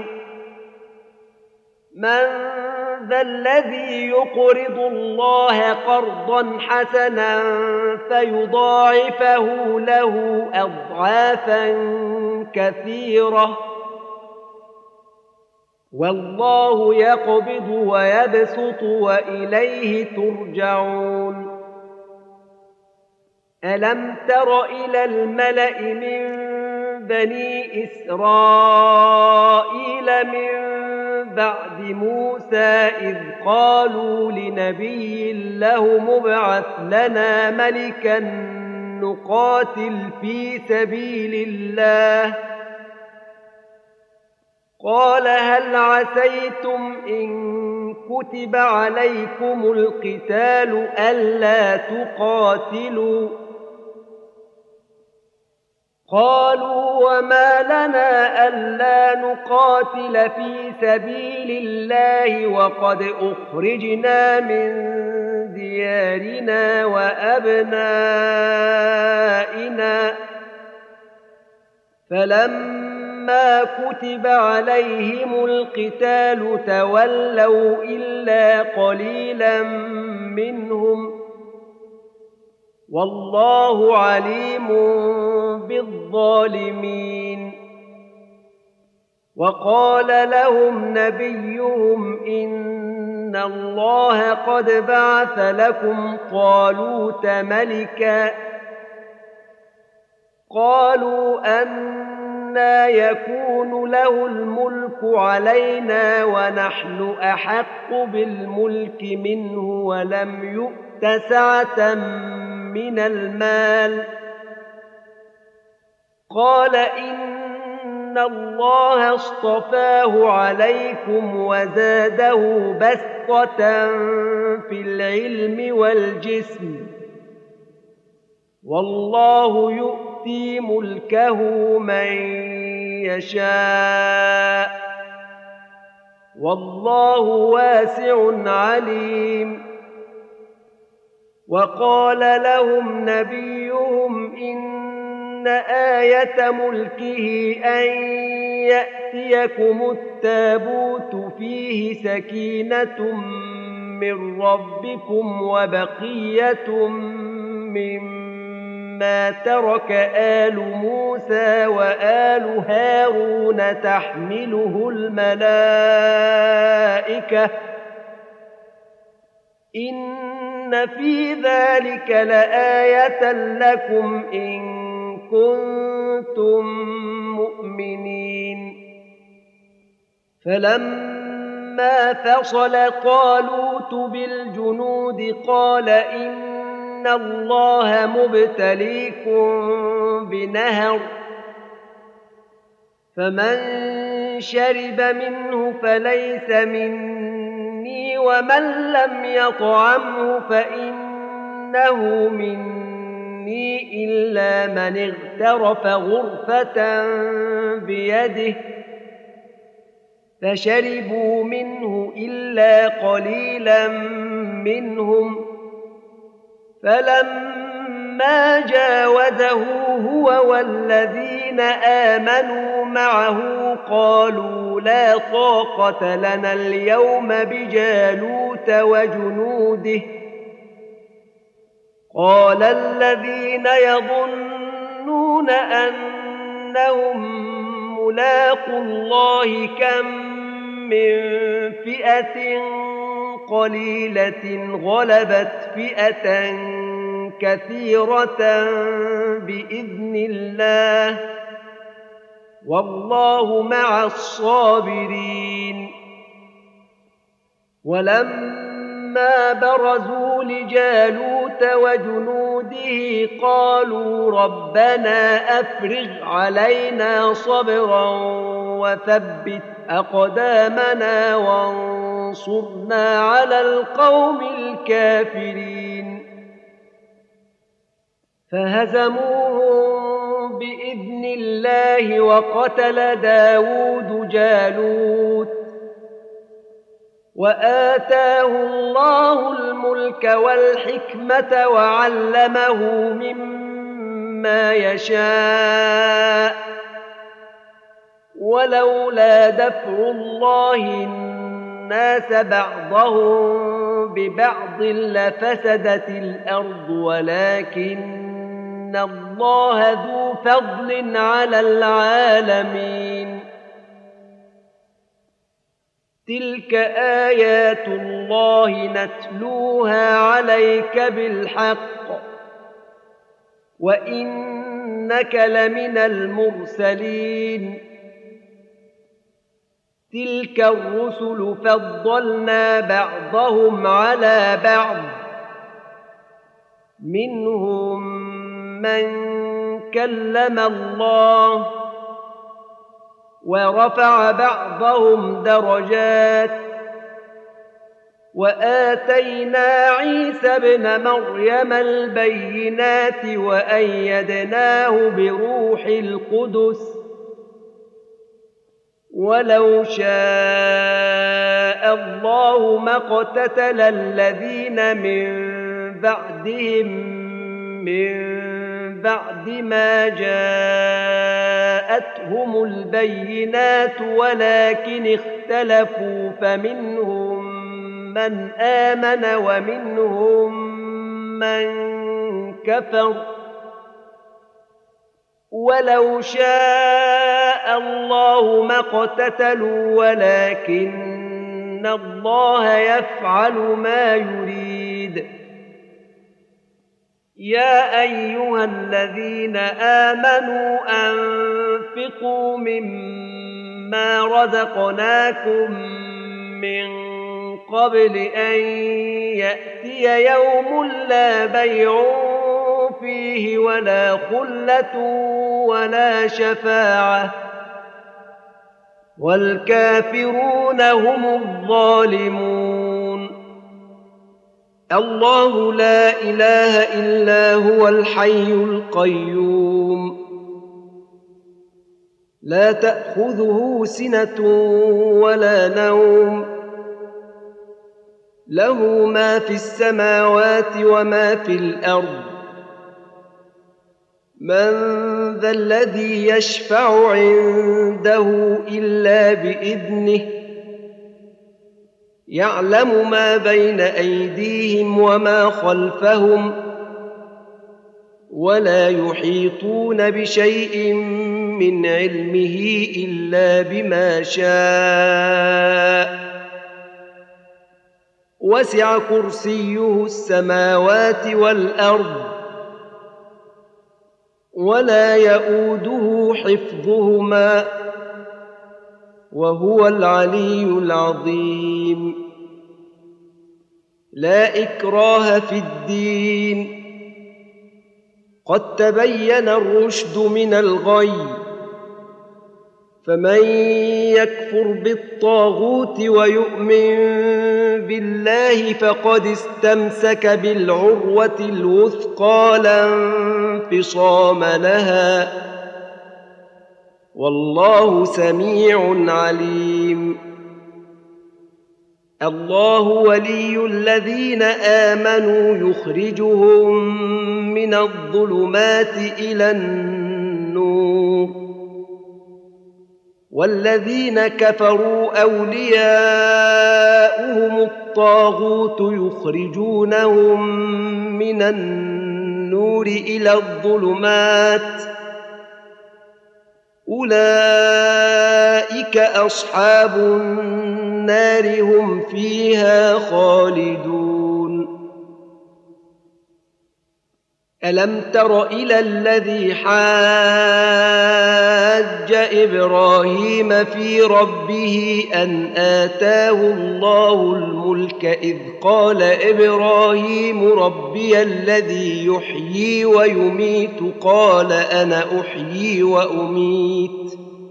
من ذا الذي يقرض الله قرضا حسنا فيضاعفه له أضعافا كثيرة والله يقبض ويبسط وإليه ترجعون. ألم تر إلى الملأ من بني إسرائيل من بعد موسى إذ قالوا لنبي له مبعث لنا ملكا نقاتل في سبيل الله قال هل عسيتم إن كتب عليكم القتال ألا تقاتلوا قالوا وما لنا ألا نقاتل في سبيل الله وقد أخرجنا من ديارنا وأبنائنا فلما كتب عليهم القتال تولوا إلا قليلا منهم والله عليم بالظالمين. وقال لهم نبيهم إن الله قد بعث لكم طالوت ملكا قالوا أنى يكون له الملك علينا ونحن أحق بالملك منه ولم يؤت سعة من المال قال إن الله اصطفاه عليكم وزاده بسطة في العلم والجسم والله يؤتي ملكه من يشاء والله واسع عليم. وقال لهم نبيهم إن آية ملكه أن يأتيكم التابوت فيه سكينة من ربكم وبقية مما ترك آل موسى وآل هارون تحمله الملائكة إن في ذلك لآية لكم إن كنتم مؤمنين. فلما فصل طالوت بالجنود قال إن الله مبتليكم بنهر فمن شرب منه فليس مني ومن لم يطعمه فإنه مني إلا من اغترف غرفة بيده فشربوا منه إلا قليلا منهم فلما جاوزه هو والذين آمنوا معه قالوا لا طاقة لنا اليوم بجالوت وجنوده قال الذين يظنون أنهم ملاقوا الله كم من فئة قليلة غلبت فئة كثيرة بإذن الله والله مع الصابرين. ولما برزوا لجالوت وجنوده قالوا ربنا أفرغ علينا صبرا وثبت أقدامنا وانصرنا على القوم الكافرين فهزموهم بإذن الله وقتل داود جالوت وآتاه الله الملك والحكمة وعلمه مما يشاء ولولا دفع الله الناس بعضهم ببعض لفسدت الأرض ولكن الله ذو فضل على العالمين تلك آيات الله نتلوها عليك بالحق وإنك لمن المرسلين تلك الرسل فضلنا بعضهم على بعض منهم من كلم الله ورفع بعضهم درجات وآتينا عيسى ابن مريم البينات وأيدناه بروح القدس ولو شاء الله ما اقتتل الذين من بعدهم من بعد ما جاءتهم البينات ولكن اختلفوا فمنهم من آمن ومنهم من كفر ولو شاء الله ما اقتتلوا ولكن الله يفعل ما يريد يا أيها الذين آمنوا أنفقوا مما رزقناكم من قبل أن يأتي يوم لا بيع فيه ولا خلة ولا شفاعة والكافرون هم الظالمون الله لا إله إلا هو الحي القيوم لا تأخذه سنة ولا نوم له ما في السماوات وما في الأرض من ذا الذي يشفع عنده إلا بإذنه يعلم ما بين أيديهم وما خلفهم ولا يحيطون بشيء من علمه إلا بما شاء وسع كرسيه السماوات والأرض ولا يؤوده حفظهما وهو العلي العظيم لا إكراه في الدين قد تبين الرشد من الغي فمن يكفر بالطاغوت ويؤمن بالله فقد استمسك بالعروة الوثقى لا انفصام لها والله سميع عليم الله ولي الذين آمنوا يخرجهم من الظلمات إلى النور والذين كفروا أولياؤهم الطاغوت يخرجونهم من النور إلى الظلمات أولئك أصحاب النار هم فيها خالدون ألم تر إلى الذي حاج إبراهيم في ربه أن آتاه الله الملك إذ قال إبراهيم ربي الذي يحيي ويميت قال أنا أحيي وأميت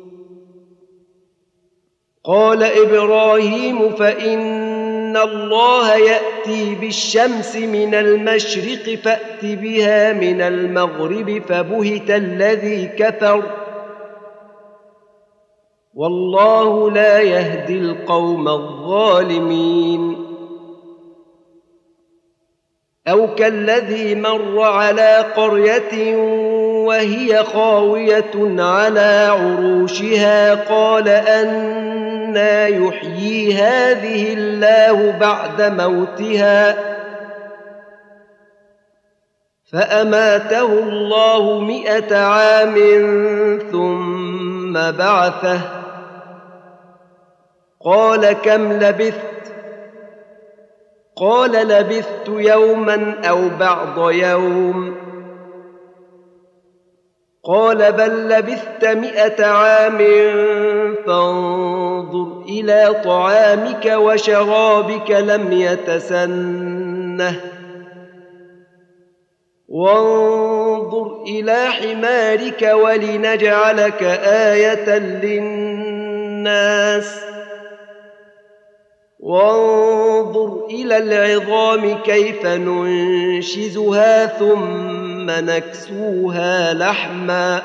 قال إبراهيم فإن الله يأتي بالشمس من المشرق فأت بها من المغرب فبهت الذي كفر والله لا يهدي القوم الظالمين. أو كالذي مر على قرية وهي خاوية على عروشها قال أنى يحيي هذه الله بعد موتها فأماته الله مئة عام ثم بعثه قال كم لبثت قال لبثت يوما أو بعض يوم قال بل لبثت مئة عام فانظر إلى طعامك وشرابك لم يتسنه وانظر إلى حمارك ولنجعلك آية للناس وانظر إلى العظام كيف ننشزها ثم نكسوها لحما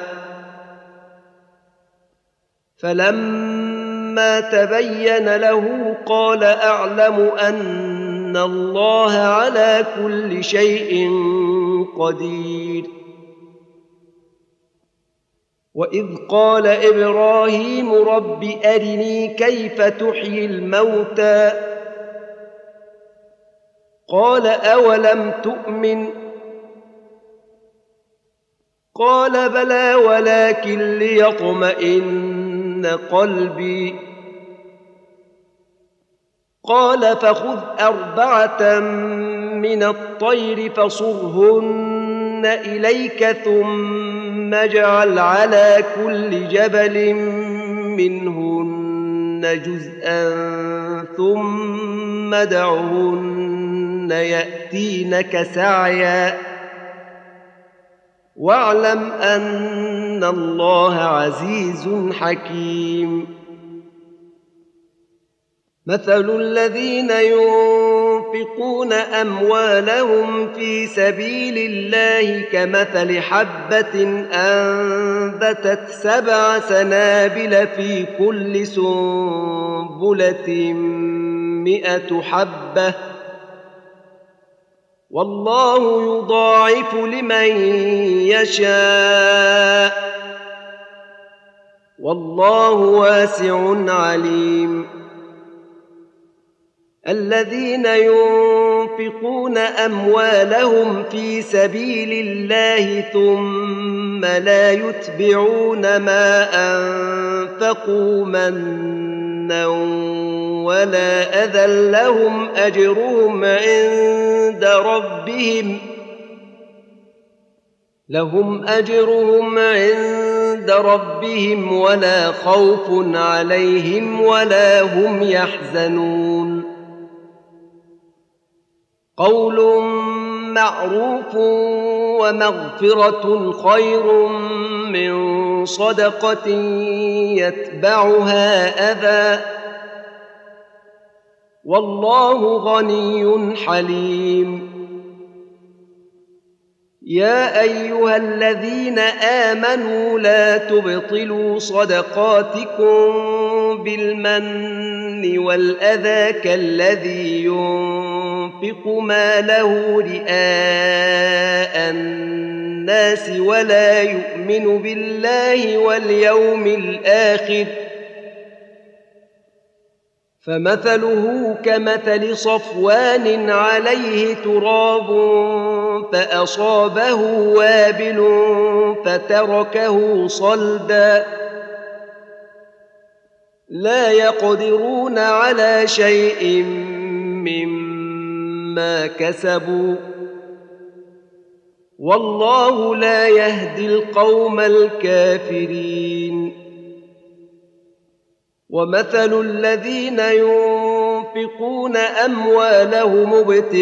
فلما تبين له قال أعلم أن الله على كل شيء قدير. وإذ قال إبراهيم رب أرني كيف تحيي الموتى قال أولم تؤمن قال بلى ولكن ليطمئن قلبي قال فخذ أربعة من الطير فصرهن إليك ثم اجعل على كل جبل منهن جزءا ثم ادعهن يأتينك سعيا واعلم أن الله عزيز حكيم. مثل الذين ينفقون أموالهم في سبيل الله كمثل حبة أنبتت سبع سنابل في كل سنبلة مئة حبة والله يضاعف لمن يشاء والله واسع عليم. الذين ينفقون أموالهم في سبيل الله ثم لا يتبعون ما أنفقوا منا ولا أذى لهم أجرهم عند ربهم لهم أجرهم عند ربهم ولا خوف عليهم ولا هم يحزنون. قول معروف ومغفرة خير من صدقة يتبعها أذى والله غني حليم. يا أيها الذين آمنوا لا تبطلوا صدقاتكم بالمن والأذى كالذي ينفق ماله رئاء الناس ولا يؤمن بالله واليوم الآخر فمثله كمثل صفوان عليه تراب فأصابه وابل فتركه صلدا لا يقدرون على شيء مما كسبوا والله لا يهدي القوم الكافرين. ومثل الذين ينفقون أموالهم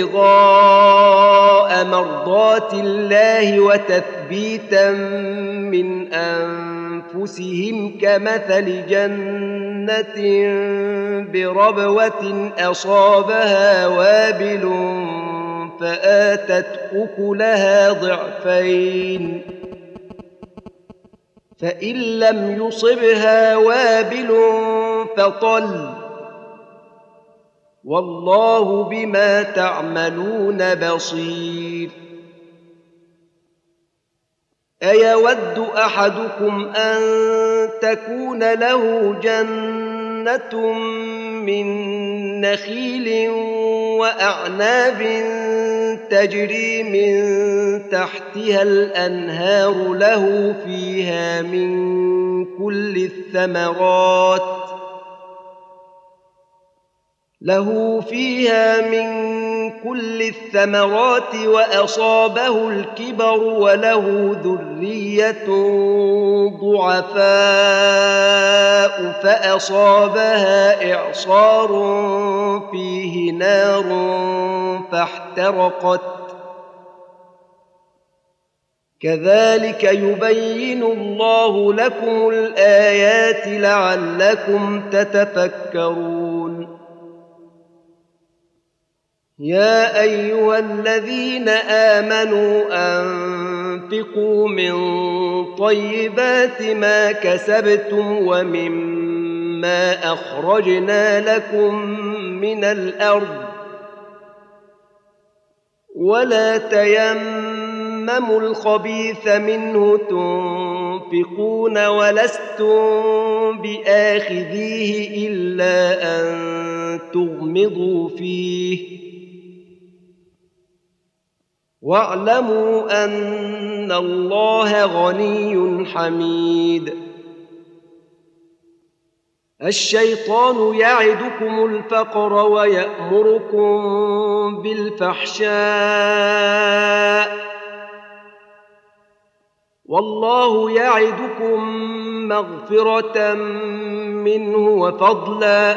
ابتغاء مرضات الله وتثبيتا من أنفسهم كمثل جنة بربوة أصابها وابل فآتت أكلها ضعفين فإن لم يصبها وابل فطل والله بما تعملون بصير. أيود أحدكم أن تكون له جنة من نخيل وأعناب تجري من تحتها الأنهار له فيها من كل الثمرات له فيها من كل الثمرات وأصابه الكبر وله ذرية ضعفاء فأصابها إعصار فيه نار فاحترقت كذلك يبين الله لكم الآيات لعلكم تتفكرون. يا أيها الذين آمنوا أنفقوا من طيبات ما كسبتم ومما أخرجنا لكم من الأرض ولا تيمموا الخبيث منه تنفقون ولستم بآخذيه إلا أن تغمضوا فيه واعلموا أن الله غني حميد. الشيطان يعدكم الفقر ويأمركم بالفحشاء والله يعدكم مغفرة منه وفضلا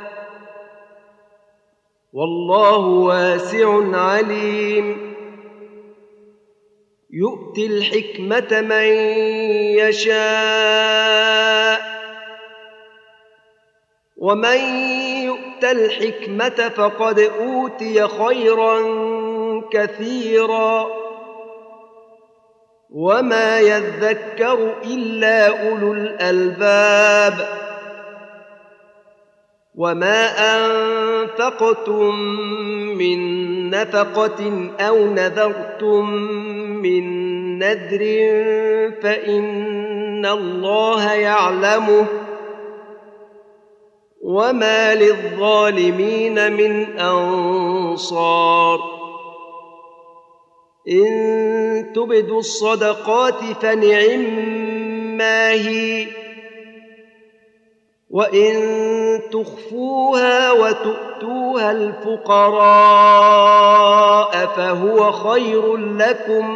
والله واسع عليم. يؤتي الحكمة من يشاء ومن يؤت الحكمة فقد أوتي خيرا كثيرا وما يذكر إلا أولو الألباب. وما أنفقتم من نفقة أو نذرتم من نذر فإن الله يعلمه وما للظالمين من أنصار. إن تبدوا الصدقات فنعما هي وإن تخفوها وتؤتوها الفقراء فهو خير لكم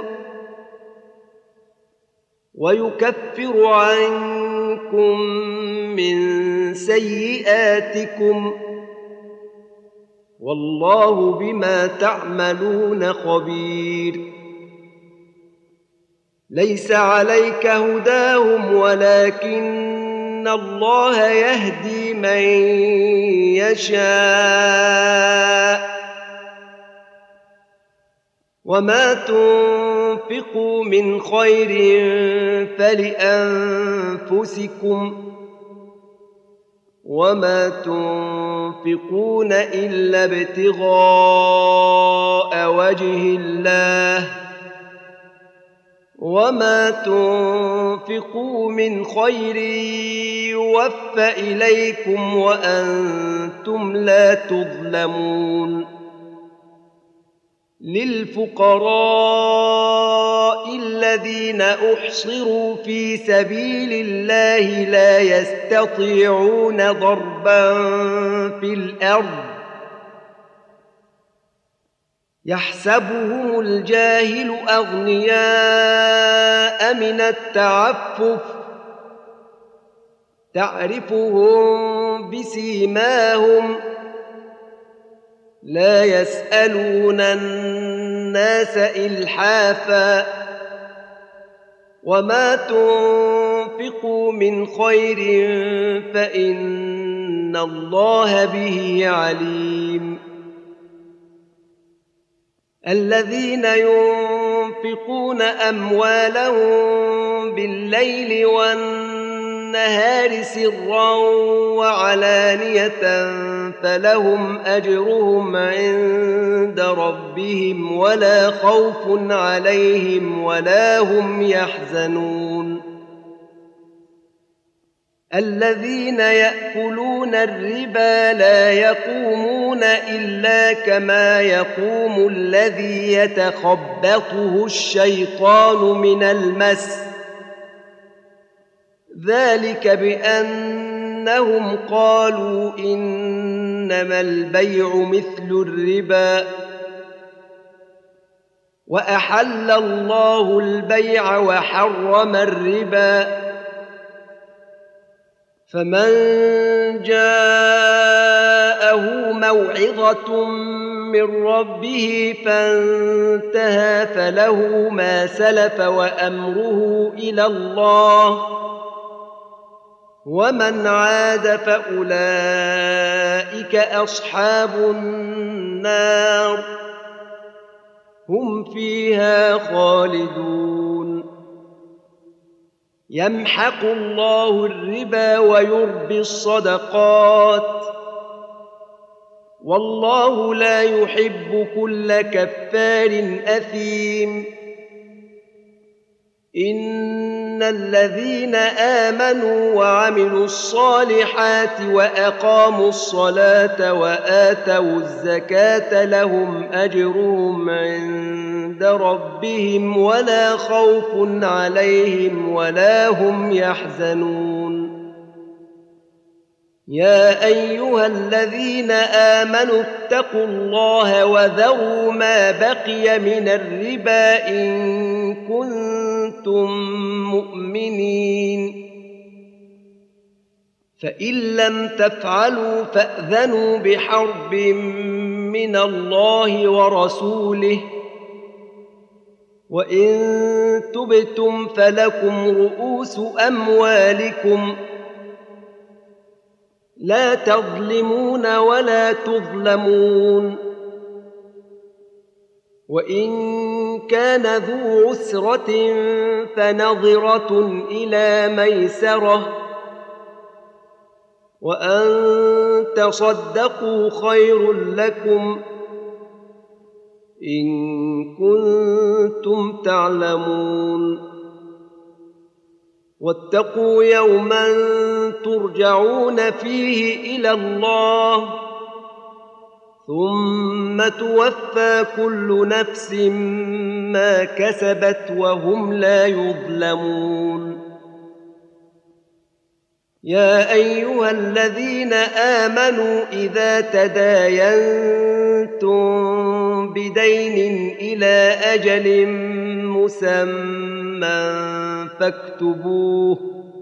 ويكفر عنكم من سيئاتكم والله بما تعملون خبير. ليس عليك هداهم ولكن الله يهدي من يشاء وما تنفقوا من خير فلأنفسكم وما تنفقون إلا ابتغاء وجه الله وما تنفقوا من خير يوفى إليكم وأنتم لا تظلمون. للفقراء الذين أحصروا في سبيل الله لا يستطيعون ضربا في الأرض يحسبهم الجاهل أغنياء من التعفف تعرفهم بسيماهم لا يسألون الناس إلحافا وما تنفقوا من خير فإن الله به عليم. الذين ينفقون أموالهم بالليل والنهار سرا وعلانية فلهم أجرهم عند ربهم ولا خوف عليهم ولا هم يحزنون الذين يأكلون الربا لا يقومون إلا كما يقوم الذي يتخبطه الشيطان من المس ذلك بأنهم قالوا إنما البيع مثل الربا وأحل الله البيع وحرم الربا فمن جاءه موعظة من ربه فانتهى فله ما سلف وأمره إلى الله ومن عاد فأولئك أصحاب النار هم فيها خالدون يمحق الله الربا ويربي الصدقات والله لا يحب كل كفار أثيم إن الذين آمنوا وعملوا الصالحات وأقاموا الصلاة وآتوا الزكاة لهم أجرهم عند ربهم ولا خوف عليهم ولا هم يحزنون يا أيها الذين آمنوا اتقوا الله وذروا ما بقي من الربا إن كنتم مؤمنين فإن لم تفعلوا فأذنوا بحرب من الله ورسوله وإن تبتم فلكم رؤوس أموالكم لا تظلمون ولا تظلمون وإن كان ذو عسرة فنظرة إلى ميسرة وأن تصدقوا خير لكم إن كنتم تعلمون واتقوا يوما ترجعون فيه إلى الله ثم توفى كل نفس ما كسبت وهم لا يظلمون يا أيها الذين آمنوا إذا تداينتم بدين إلى أجل مسمى فاكتبوه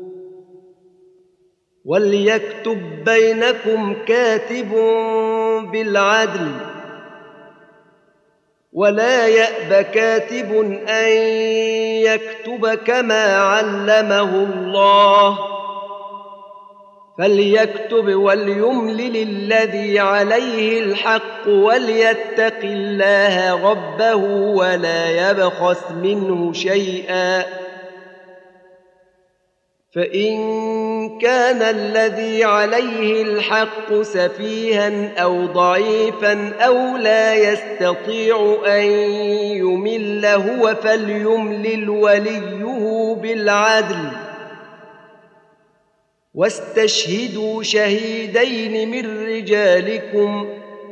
وليكتب بينكم كاتب بالعدل ولا يأب كاتب أن يكتب كما علمه الله فليكتب وليملل الذي عليه الحق وليتق الله ربه ولا يبخس منه شيئا فإن كان الذي عليه الحق سفيها أو ضعيفا أو لا يستطيع أن يمل هو فليملل وليه بالعدل واستشهدوا شهيدين من رجالكم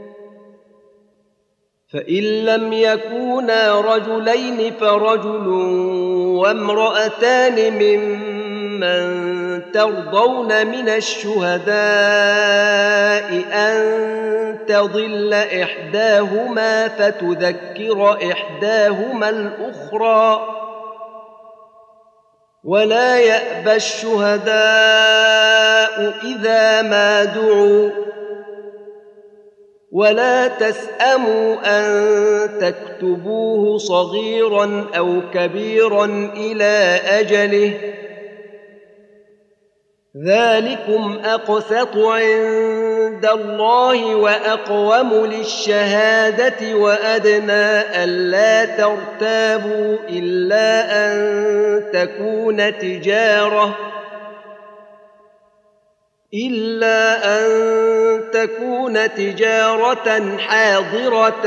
فإن لم يكونا رجلين فرجل وامرأتان ممن ترضون من الشهداء أن تضل إحداهما فتذكر إحداهما الأخرى ولا يأبى الشهداء إذا ما دعوا ولا تسأموا أن تكتبوه صغيرا أو كبيرا إلى أجله ذلكم أقسط عند عند الله وأقوم للشهادة وأدنى ألا ترتابوا إلا أن تكون تجارة إلا أن تكون تجارة حاضرة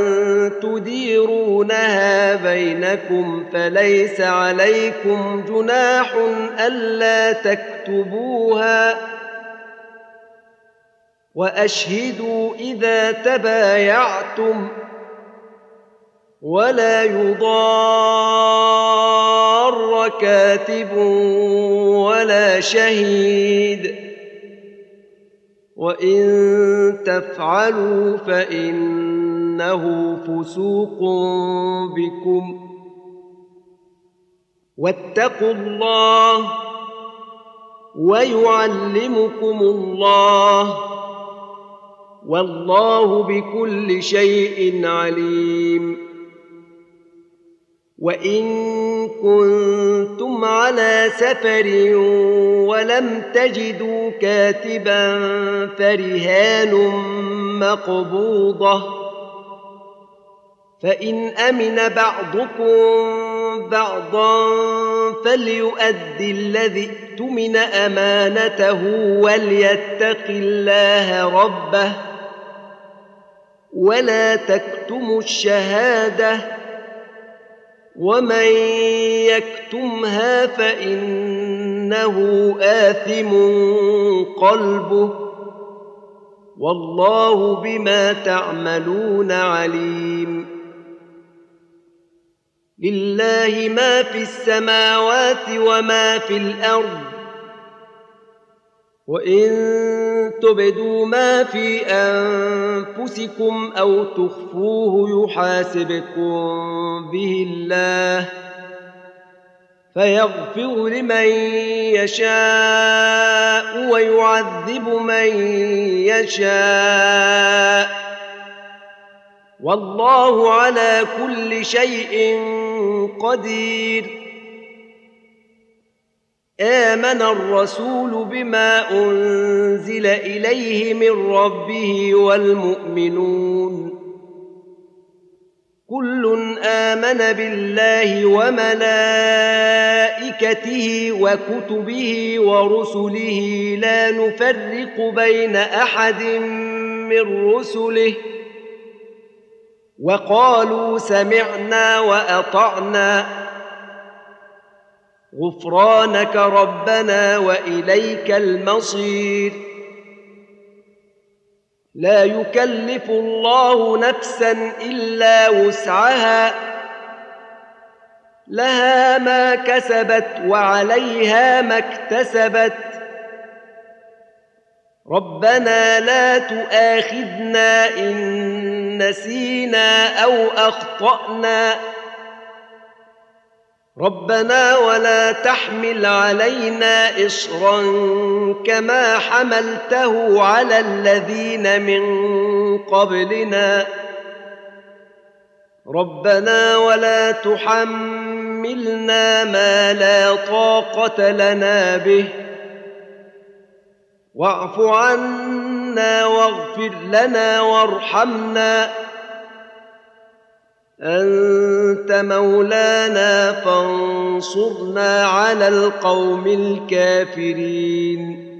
تديرونها بينكم فليس عليكم جناح ألا تكتبوها وأشهدوا إذا تبايعتم ولا يضار كاتب ولا شهيد وإن تفعلوا فإنه فسوق بكم واتقوا الله ويعلمكم الله والله بكل شيء عليم وإن كنتم على سفر ولم تجدوا كاتبا فرهان مقبوضة فإن أمن بعضكم بعضا فليؤدي الذي اؤتمن أمانته وليتق الله ربه ولا تكتموا الشهادة ومن يكتمها فإنه آثم قلبه والله بما تعملون عليم لله ما في السماوات وما في الأرض وإن تبدوا ما في أنفسكم أو تخفوه يحاسبكم به الله فيغفر لمن يشاء ويعذب من يشاء والله على كل شيء قدير آمن الرسول بما أنزل إليه من ربه والمؤمنون كل آمن بالله وملائكته وكتبه ورسله لا نفرق بين أحد من رسله وقالوا سمعنا وأطعنا غفرانك ربنا وإليك المصير لا يكلف الله نفسا إلا وسعها لها ما كسبت وعليها ما اكتسبت ربنا لا تؤاخذنا إن نسينا أو أخطأنا ربنا ولا تحمل علينا إصرا كما حملته على الذين من قبلنا ربنا ولا تحملنا ما لا طاقة لنا به واعف عنا واغفر لنا وارحمنا أنت مولانا فانصرنا على القوم الكافرين